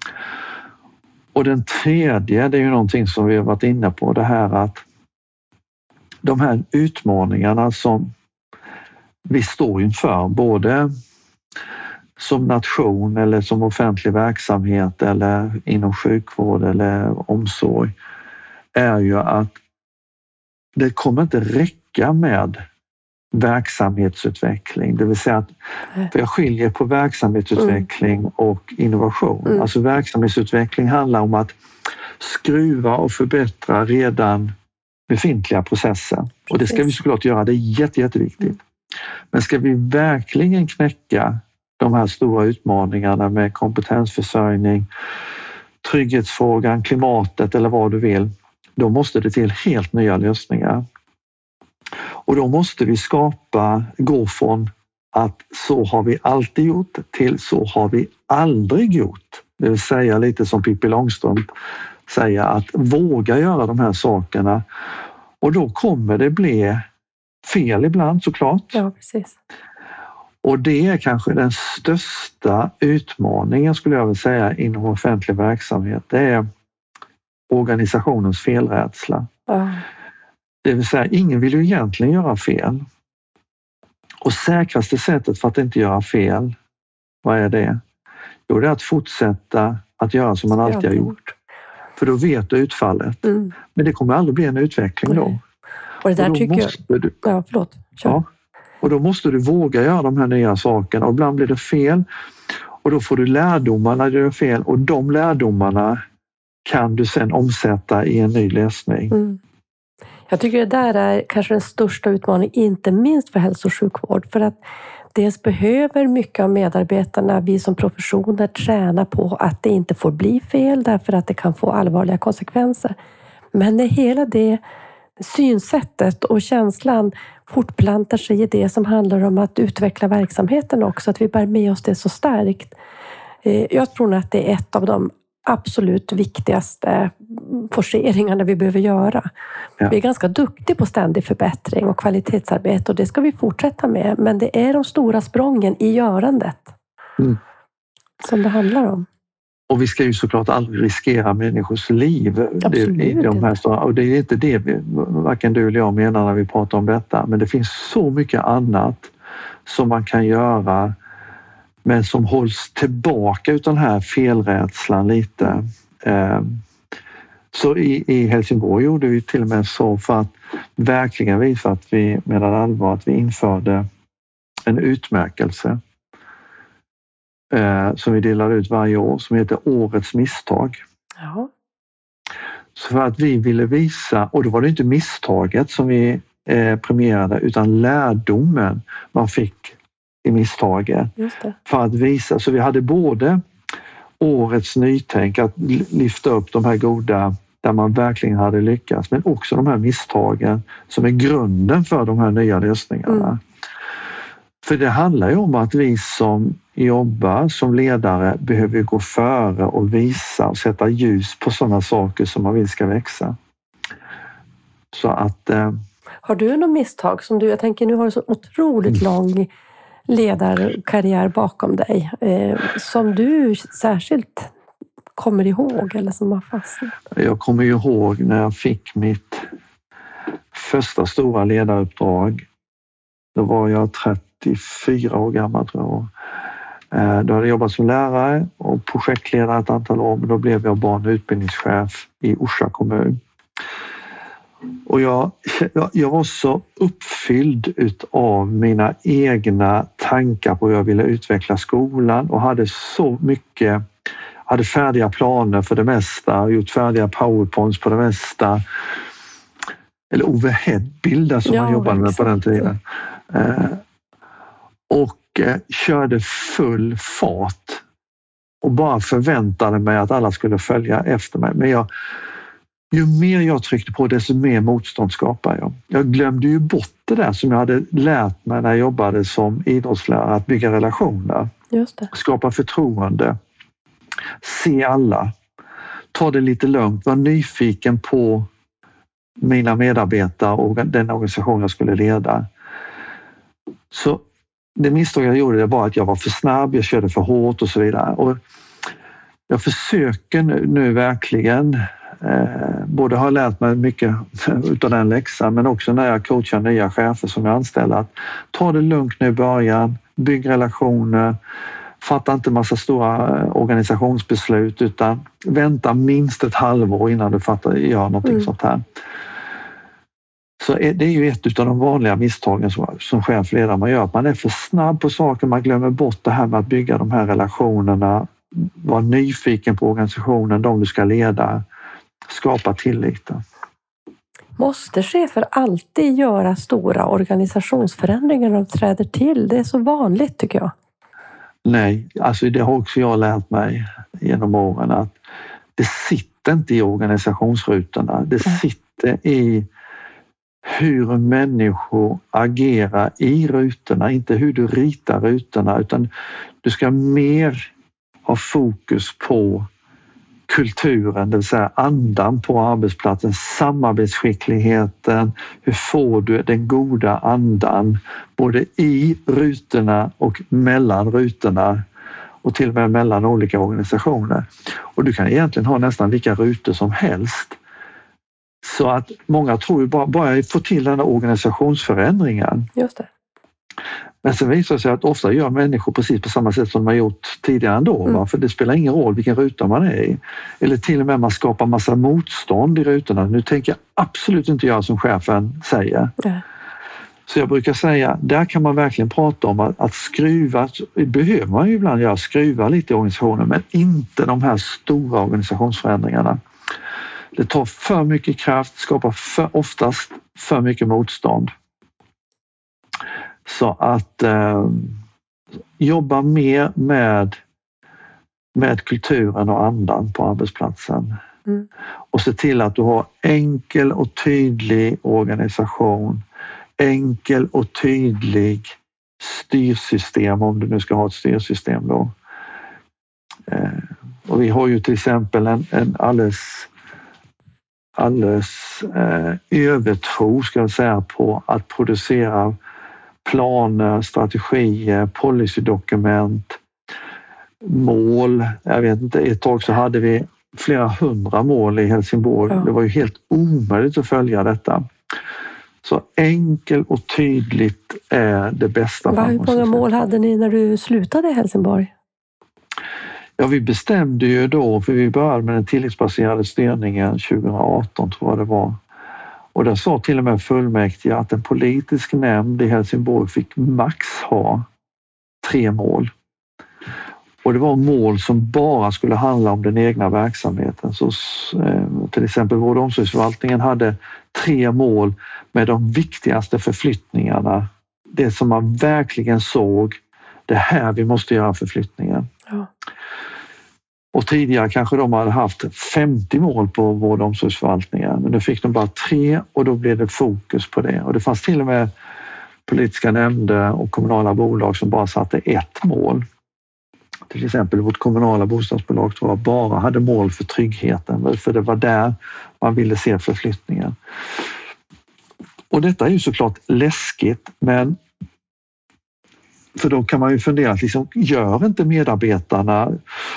Och den tredje, det är ju någonting som vi har varit inne på, det här att de här utmaningarna som vi står inför, både som nation eller som offentlig verksamhet eller inom sjukvård eller omsorg, är ju att det kommer inte räcka med verksamhetsutveckling. Det vill säga att för jag skiljer på verksamhetsutveckling och innovation. Alltså verksamhetsutveckling handlar om att skruva och förbättra redan befintliga processer. Och det ska vi såklart göra, det är jätteviktigt. Men ska vi verkligen knäcka de här stora utmaningarna med kompetensförsörjning, trygghetsfrågan, klimatet eller vad du vill, då måste det till helt nya lösningar. Och då måste vi gå från att så har vi alltid gjort till så har vi aldrig gjort. Det vill säga lite som Pippi Långstrump säger, att våga göra de här sakerna. Och då kommer det bli fel ibland såklart. Ja, precis. Och det är kanske den största utmaningen skulle jag vilja säga inom offentlig verksamhet. Det är organisationens felrädsla. Ja. Det vill säga, ingen vill ju egentligen göra fel. Och säkraste sättet för att inte göra fel, vad är det? Jo, det är att fortsätta att göra som man alltid har gjort. För då vet du utfallet. Men det kommer aldrig bli en utveckling då. Och det där tycker jag... Ja, förlåt. Kör. Ja. Och då måste du våga göra de här nya sakerna. Och ibland blir det fel. Och då får du lärdomar när det är fel. Och de lärdomarna kan du sedan omsätta i en ny lösning. Jag tycker det där är kanske den största utmaningen, inte minst för hälso- och sjukvård. För att dels behöver mycket av medarbetarna, vi som professioner, träna på att det inte får bli fel därför att det kan få allvarliga konsekvenser. Men när hela det synsättet och känslan fortplantar sig i det som handlar om att utveckla verksamheten också, att vi bär med oss det så starkt. Jag tror att det är ett av de absolut viktigaste forceringarna vi behöver göra. Ja. Vi är ganska duktiga på ständig förbättring och kvalitetsarbete och det ska vi fortsätta med. Men det är de stora sprången i görandet som det handlar om. Och vi ska ju såklart aldrig riskera människors liv. Och det är inte det varken du eller jag menar när vi pratar om detta. Men det finns så mycket annat som man kan göra men som hålls tillbaka utan den här felrädslan lite. Så i Helsingborg gjorde vi till och med så för att verkligen visa att vi menade allvar att vi införde en utmärkelse som vi delade ut varje år som heter Årets misstag. Ja. Så för att vi ville visa, och då var det inte misstaget som vi premierade utan lärdomen man fick i misstaget. Just det. För att visa, så vi hade både årets nytänk att lyfta upp de här goda där man verkligen hade lyckats, men också de här misstagen som är grunden för de här nya lösningarna. För det handlar ju om att vi som jobbar som ledare behöver gå före och visa och sätta ljus på sådana saker som man vill ska växa. Så att... Har du något misstag som jag tänker nu har du så otroligt lång ledarkarriär bakom dig som du särskilt kommer ihåg eller som har fastnat? Jag kommer ihåg när jag fick mitt första stora ledaruppdrag. Då var jag 34 år gammal tror jag. Då hade jag jobbat som lärare och projektledare ett antal år, men då blev jag barn- och utbildningschef i Orsa kommun. Och jag var så uppfylld av mina egna tankar på hur jag ville utveckla skolan och hade så mycket, hade färdiga planer för det mesta och gjort färdiga powerpoints på det mesta. Eller overheadbilder som man jobbade med på den tiden. Och körde full fart och bara förväntade mig att alla skulle följa efter mig. Men ju mer jag tryckte på desto mer motstånd skapade jag. Jag glömde ju bort det där som jag hade lärt mig när jag jobbade som idrottslärare, att bygga relationer. Just det. Skapa förtroende. Se alla. Ta det lite lugnt. Var nyfiken på mina medarbetare och den organisation jag skulle leda. Så det misstag jag gjorde var att jag var för snabb, jag körde för hårt och så vidare. Och jag försöker nu verkligen, både har lärt mig mycket utav den läxan, men också när jag coachar nya chefer som jag anställer, att ta det lugnt nu i början, bygg relationer, fatta inte massa stora organisationsbeslut utan vänta minst ett halvår innan du gör någonting sånt här. Så det är ju ett av de vanliga misstagen som chefledare man gör. Att man är för snabb på saker, man glömmer bort det här med att bygga de här relationerna, vara nyfiken på organisationen, de du ska leda, skapa tillit. Måste chefer alltid göra stora organisationsförändringar när de träder till? Det är så vanligt tycker jag. Nej, alltså det har också jag lärt mig genom åren att det sitter inte i organisationsrutorna. Det sitter i hur människor agerar i rutorna, inte hur du ritar rutorna, utan du ska mer ha fokus på kulturen, det vill säga andan på arbetsplatsen, samarbetsskickligheten. Hur får du den goda andan både i rutorna och mellan rutorna och till och med mellan olika organisationer. Och du kan egentligen ha nästan vilka rutor som helst. Så att många tror ju bara få till den här organisationsförändringen. Just det. Men sen visar det sig att ofta gör människor precis på samma sätt som de har gjort tidigare ändå. För det spelar ingen roll vilken ruta man är i. Eller till och med man skapar massa motstånd i rutorna. Nu tänker jag absolut inte göra som chefen säger. Så jag brukar säga, där kan man verkligen prata om att skruva, det behöver man ju ibland göra, skruva lite i organisationen, men inte de här stora organisationsförändringarna. Det tar för mycket kraft, skapar oftast för mycket motstånd. Så att jobba mer med kulturen och andan på arbetsplatsen. Och se till att du har enkel och tydlig organisation, enkel och tydlig styrsystem, om du nu ska ha ett styrsystem då. Och vi har ju till exempel en alldeles övertro, ska jag säga, på att producera planer, strategier, policydokument, mål. Jag vet inte, ett tag så hade vi flera 100 mål i Helsingborg. Det var ju helt omöjligt att följa detta. Så enkel och tydligt är det bästa. Hur många mål hade ni när du slutade i Helsingborg? Ja, vi bestämde ju då, för vi började med den tillitsbaserade styrningen 2018 tror jag det var. Och där sa till och med fullmäktige att en politisk nämnd i Helsingborg fick max ha 3 mål. Och det var mål som bara skulle handla om den egna verksamheten. Så till exempel vård- och omsorgsförvaltningen hade 3 mål med de viktigaste förflyttningarna. Det som man verkligen såg, det här vi måste göra förflyttningen. Ja. Och tidigare kanske de hade haft 50 mål på vård- och omsorgsförvaltningen, men nu fick de bara 3 och då blev det fokus på det. Och det fanns till och med politiska nämnder och kommunala bolag som bara satte 1 mål. Till exempel vårt kommunala bostadsbolag tror jag bara hade mål för tryggheten, för det var där man ville se förflyttningen. Och detta är ju såklart läskigt, men för då kan man ju fundera, liksom, gör inte medarbetarna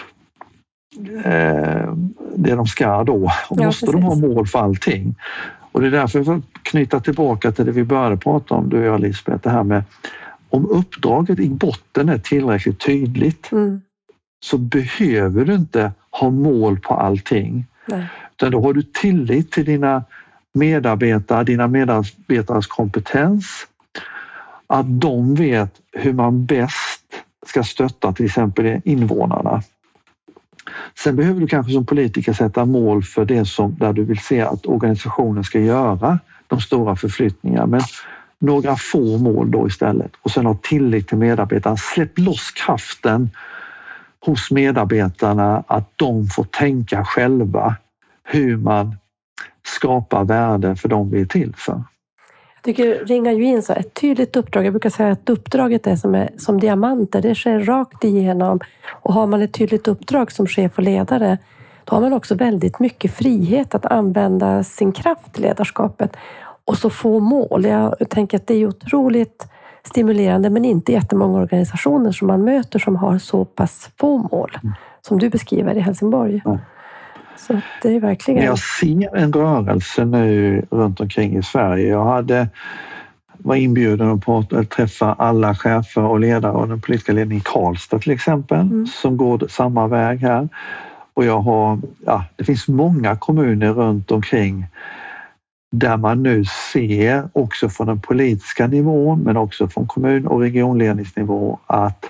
det de ska då? Och måste de ha mål för allting? Och det är därför jag knyta tillbaka till det vi började prata om, du och jag, Lisbeth, det här med om uppdraget i botten är tillräckligt tydligt så behöver du inte ha mål på allting. Nej. Utan då har du tillit till dina medarbetares kompetens, att de vet hur man bäst ska stötta till exempel invånarna. Sen behöver du kanske som politiker sätta mål för det som där du vill se att organisationen ska göra de stora förflyttningarna, men några få mål då istället. Och sen ha tillit till medarbetarna. Släpp loss kraften hos medarbetarna att de får tänka själva hur man skapar värde för de vi är till för. Jag tycker ringar ju in så ett tydligt uppdrag. Jag brukar säga att uppdraget är som diamanter. Det sker rakt igenom. Och har man ett tydligt uppdrag som chef och ledare, då har man också väldigt mycket frihet att använda sin kraft i ledarskapet. Och så få mål. Jag tänker att det är otroligt stimulerande, men inte jättemånga organisationer som man möter som har så pass få mål som du beskriver i Helsingborg. Mm. Så det är verkligen... Jag ser en rörelse nu runt omkring i Sverige. Jag var inbjuden att träffa alla chefer och ledare och den politiska ledningen i Karlstad till exempel, som går samma väg här. Och det finns många kommuner runt omkring där man nu ser också från den politiska nivån men också från kommun- och regionledningsnivå att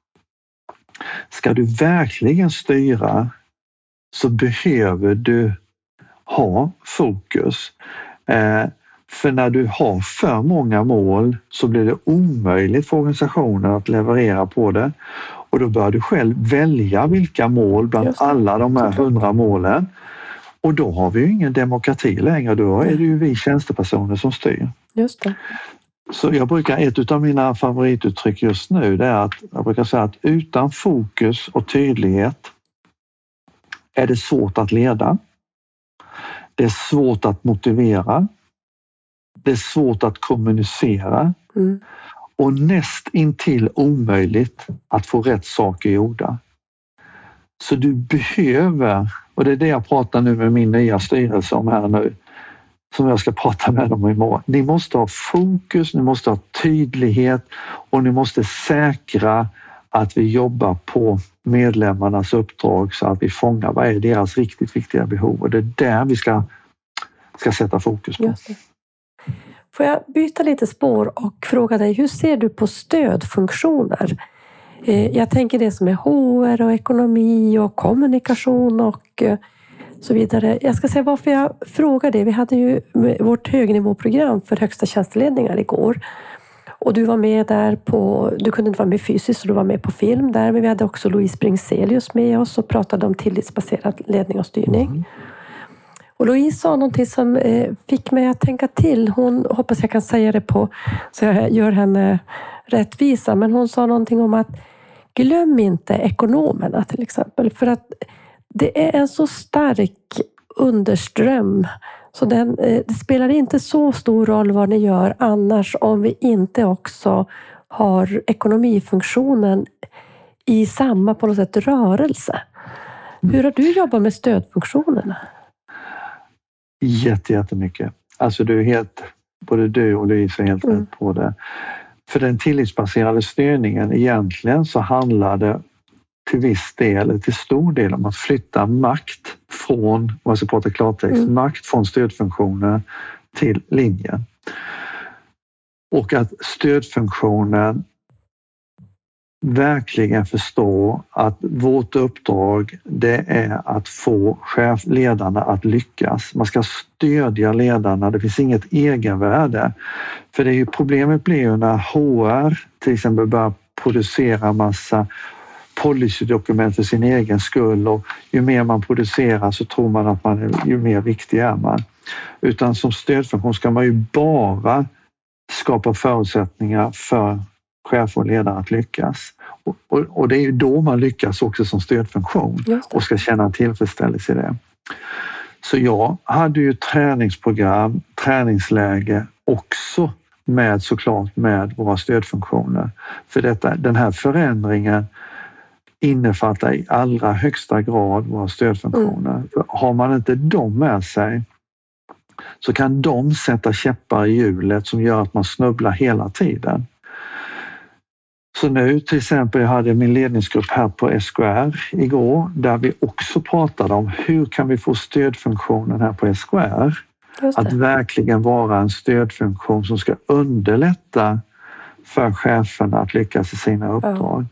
ska du verkligen styra så behöver du ha fokus. För när du har för många mål så blir det omöjligt för organisationen att leverera på det. Och då bör du själv välja vilka mål bland alla de här 100 målen. Och då har vi ju ingen demokrati längre. Då är det ju vi tjänstepersoner som styr. Just det. Så jag brukar, ett av mina favorituttryck just nu, det är att jag brukar säga att utan fokus och tydlighet är det svårt att leda. Det är svårt att motivera. Det är svårt att kommunicera. Och näst intill omöjligt att få rätt saker gjorda. Så du behöver, och det är det jag pratar nu med min nya styrelse om här nu, som jag ska prata med dem imorgon. Ni måste ha fokus, ni måste ha tydlighet och ni måste säkra att vi jobbar på medlemmarnas uppdrag så att vi fångar vad är deras riktigt viktiga behov. Och det är där vi ska sätta fokus på. Just det. Får jag byta lite spår och fråga dig, hur ser du på stödfunktioner? Jag tänker det som är HR och ekonomi och kommunikation och så vidare. Jag ska säga varför jag frågar det. Vi hade ju vårt högnivåprogram för högsta tjänsteledningar igår. Och du var med där du kunde inte vara med fysiskt så du var med på film där. Men vi hade också Louise Bringselius med oss och pratade om tillitsbaserad ledning och styrning. Och Louise sa någonting som fick mig att tänka till. Hon, hoppas jag kan säga det på så jag gör henne rättvisa. Men hon sa någonting om att glöm inte ekonomerna till exempel. För att det är en så stark underström. Så det spelar inte så stor roll vad ni gör annars om vi inte också har ekonomifunktionen i samma på något sätt rörelse. Hur har du jobbat med stödfunktionerna? Jättemycket. Alltså både du och Louise är helt rätt på det. För den tillitsbaserade styrningen egentligen så handlar det till stor del om att flytta makt från, om jag ska prata klartext, makt från stödfunktionen till linjen. Och att stödfunktionen verkligen förstår att vårt uppdrag det är att få ledarna att lyckas. Man ska stödja ledarna, det finns inget egenvärde. För det är ju, problemet blir ju när HR till exempel börjar producera massa policydokument för sin egen skull och ju mer man producerar så tror man att ju mer viktig är man. Utan som stödfunktion ska man ju bara skapa förutsättningar för chefer och ledare att lyckas. Och det är ju då man lyckas också som stödfunktion och ska känna en tillfredsställelse i det. Så jag hade ju träningsprogram, träningsläge också såklart med våra stödfunktioner. För den här förändringen innefattar i allra högsta grad våra stödfunktioner. Har man inte dem med sig så kan de sätta käppar i hjulet som gör att man snubblar hela tiden. Så nu till exempel, jag hade min ledningsgrupp här på SKR igår där vi också pratade om hur kan vi få stödfunktionen här på SKR att verkligen vara en stödfunktion som ska underlätta för cheferna att lyckas i sina uppdrag.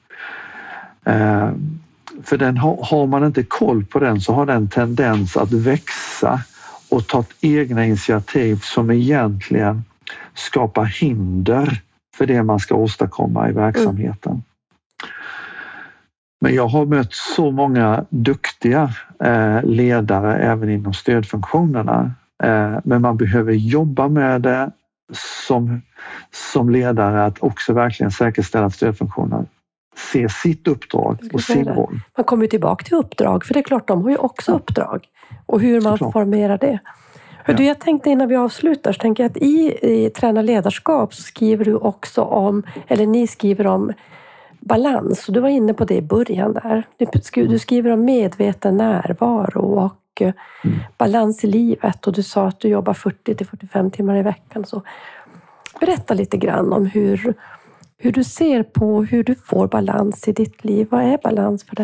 För har man inte koll på den så har den tendens att växa och ta egna initiativ som egentligen skapar hinder för det man ska åstadkomma i verksamheten. Men jag har mött så många duktiga ledare även inom stödfunktionerna. Men man behöver jobba med det som ledare att också verkligen säkerställa att stödfunktionen ser sitt uppdrag och sin roll. Man kommer tillbaka till uppdrag, för det är klart de har ju också uppdrag. Och hur man formerar det. Du, jag tänkte innan vi avslutar så tänker jag att i Träna ledarskap så skriver du också om, eller ni skriver om balans. Och du var inne på det i början där. Du skriver om medveten närvaro och balans i livet. Och du sa att du jobbar 40-45 timmar i veckan. Så berätta lite grann om hur du ser på hur du får balans i ditt liv. Vad är balans för dig?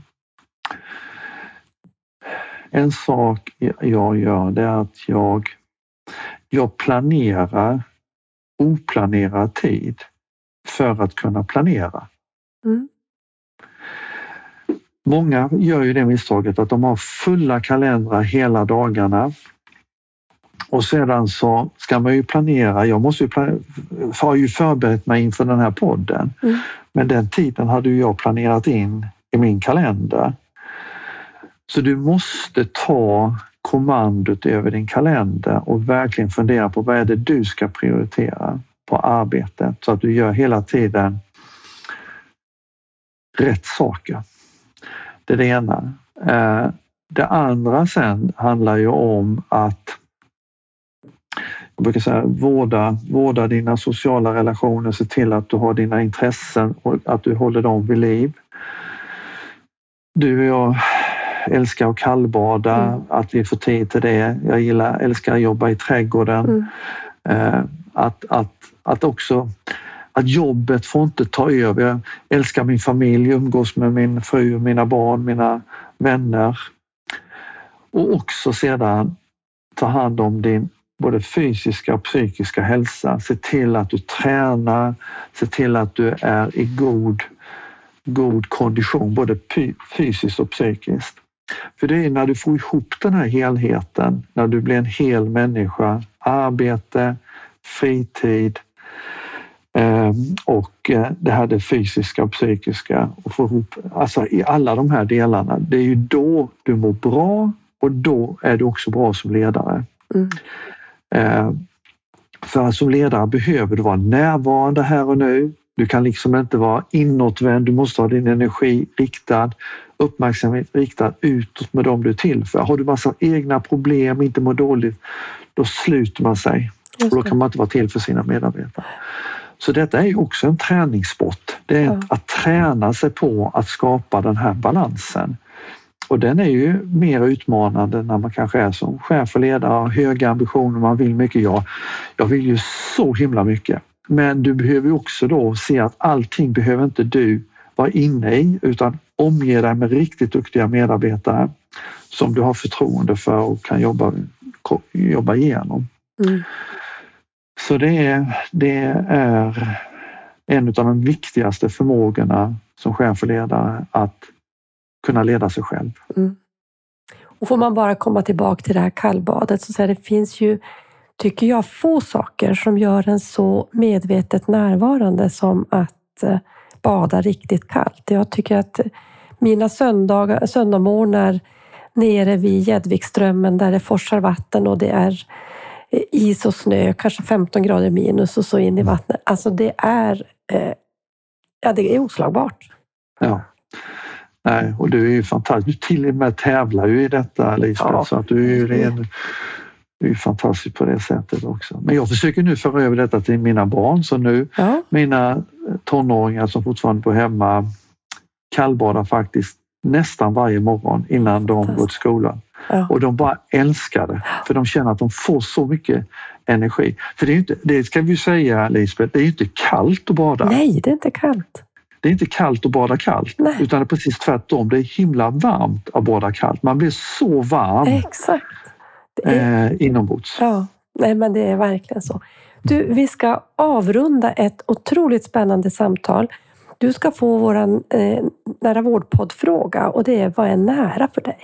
En sak jag gör det är att jag Jag planerar oplanerad tid för att kunna planera. Mm. Många gör ju det misstaget att de har fulla kalendrar hela dagarna. Och sedan så ska man ju planera. Jag har ju förberett mig inför den här podden. Mm. Men den tiden hade ju jag planerat in i min kalender. Så du måste ta kommandot över din kalender och verkligen fundera på vad är det du ska prioritera på arbetet så att du gör hela tiden rätt saker. Det är det ena. Det andra sen handlar ju om att jag brukar säga vårda dina sociala relationer, se till att du har dina intressen och att du håller dem vid liv. Du och jag älskar att kallbada, att vi får tid till det. Jag älskar att jobba i trädgården. Att jobbet får inte ta över. Jag älskar min familj, umgås med min fru, mina barn, mina vänner. Och också sedan ta hand om din både fysiska och psykiska hälsa. Se till att du tränar, se till att du är i god kondition, både fysiskt och psykiskt. För det är när du får ihop den här helheten, när du blir en hel människa, arbete, fritid och det här det fysiska och psykiska och få ihop, alltså i alla de här delarna, det är ju då du mår bra och då är du också bra som ledare. För att som ledare behöver du vara närvarande här och nu. Du kan liksom inte vara inåtvänd, du måste ha din energi riktad, uppmärksamhet riktad utåt med dem du är till för. Har du massa egna problem, inte mår dåligt, då sluter man sig och då kan man inte vara till för sina medarbetare. Så detta är ju också en träningssport. Det är att träna sig på att skapa den här balansen. Och den är ju mer utmanande när man kanske är som chef och ledare, har höga ambitioner, man vill mycket. Jag vill ju så himla mycket. Men du behöver ju också då se att allting behöver inte du vara inne i utan omge dig med riktigt duktiga medarbetare som du har förtroende för och kan jobba igenom. Så det är en av de viktigaste förmågorna som chef och ledare att kunna leda sig själv. Och får man bara komma tillbaka till det här kallbadet så det finns ju, tycker jag, få saker som gör en så medvetet närvarande som att bada riktigt kallt. Jag tycker att mina söndagmorgnar nere vid Gäddvikströmmen där det forsar vatten och det är is och snö, kanske 15 grader minus och så in i vattnet. Alltså det är oslagbart. Ja. Nej, och du är ju fantastisk. Du till och med tävlar ju i detta, Lisbeth, så att du är ju fantastisk på det sättet också. Men jag försöker nu föra över detta till mina barn, så nu mina tonåringar som fortfarande bor hemma kallbadar faktiskt nästan varje morgon innan de går till skolan. Och de bara älskar det, för de känner att de får så mycket energi. För det är inte, det ska vi ju säga, Lisbeth, det är ju inte kallt att bada. Nej, det är inte kallt. Det är inte kallt att bada kallt, utan det är precis tvärtom. Det är himla varmt att bada kallt. Man blir så varm. Exakt. Inombords. Ja, nej, men det är verkligen så. Du, vi ska avrunda ett otroligt spännande samtal. Du ska få våran nära vårdpoddfråga och det är: vad är nära för dig?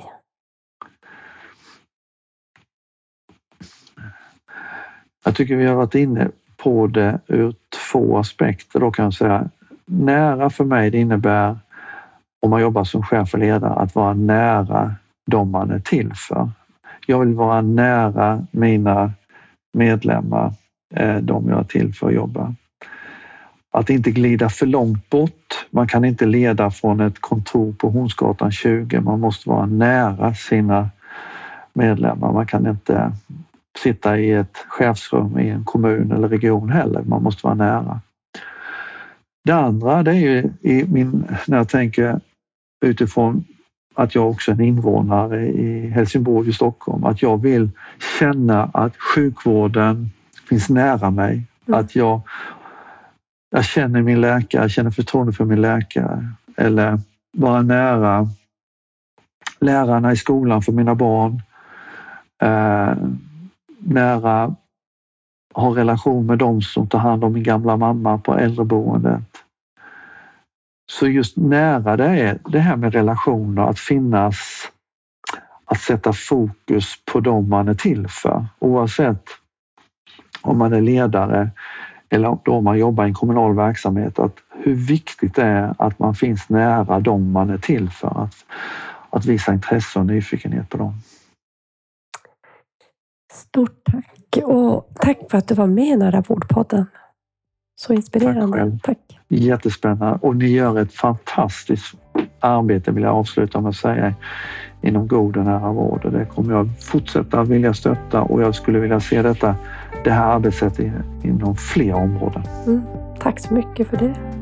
Jag tycker vi har varit inne på det ur 2 aspekter. Då kan jag säga, nära för mig, det innebär, om man jobbar som chef och ledare, att vara nära de man är till för. Jag vill vara nära mina medlemmar, de jag är till för att jobba. Att inte glida för långt bort. Man kan inte leda från ett kontor på Hornsgatan 20. Man måste vara nära sina medlemmar. Man kan inte sitta i ett chefsrum i en kommun eller region heller. Man måste vara nära. Det andra, det är ju när jag tänker utifrån att jag också är en invånare i Helsingborg och Stockholm, att jag vill känna att sjukvården finns nära mig. Att jag känner min läkare, jag känner förtroende för min läkare, eller vara nära lärarna i skolan för mina barn. nära, ha relation med dem som tar hand om min gamla mamma på äldreboendet. Så just nära det är det här med relationer, att finnas, att sätta fokus på dem man är till för. Oavsett om man är ledare eller då man jobbar i en kommunal verksamhet, att hur viktigt det är att man finns nära dem man är till för. Att visa intresse och nyfikenhet på dem. Stort tack, och tack för att du var med i Nära vårdpodden. Så inspirerande. Tack. Jättespännande, och ni gör ett fantastiskt arbete, vill jag avsluta med att säga, inom god och nära vård. Och det kommer jag fortsätta vilja stötta, och jag skulle vilja se det här arbetssättet inom fler områden. Tack så mycket för det.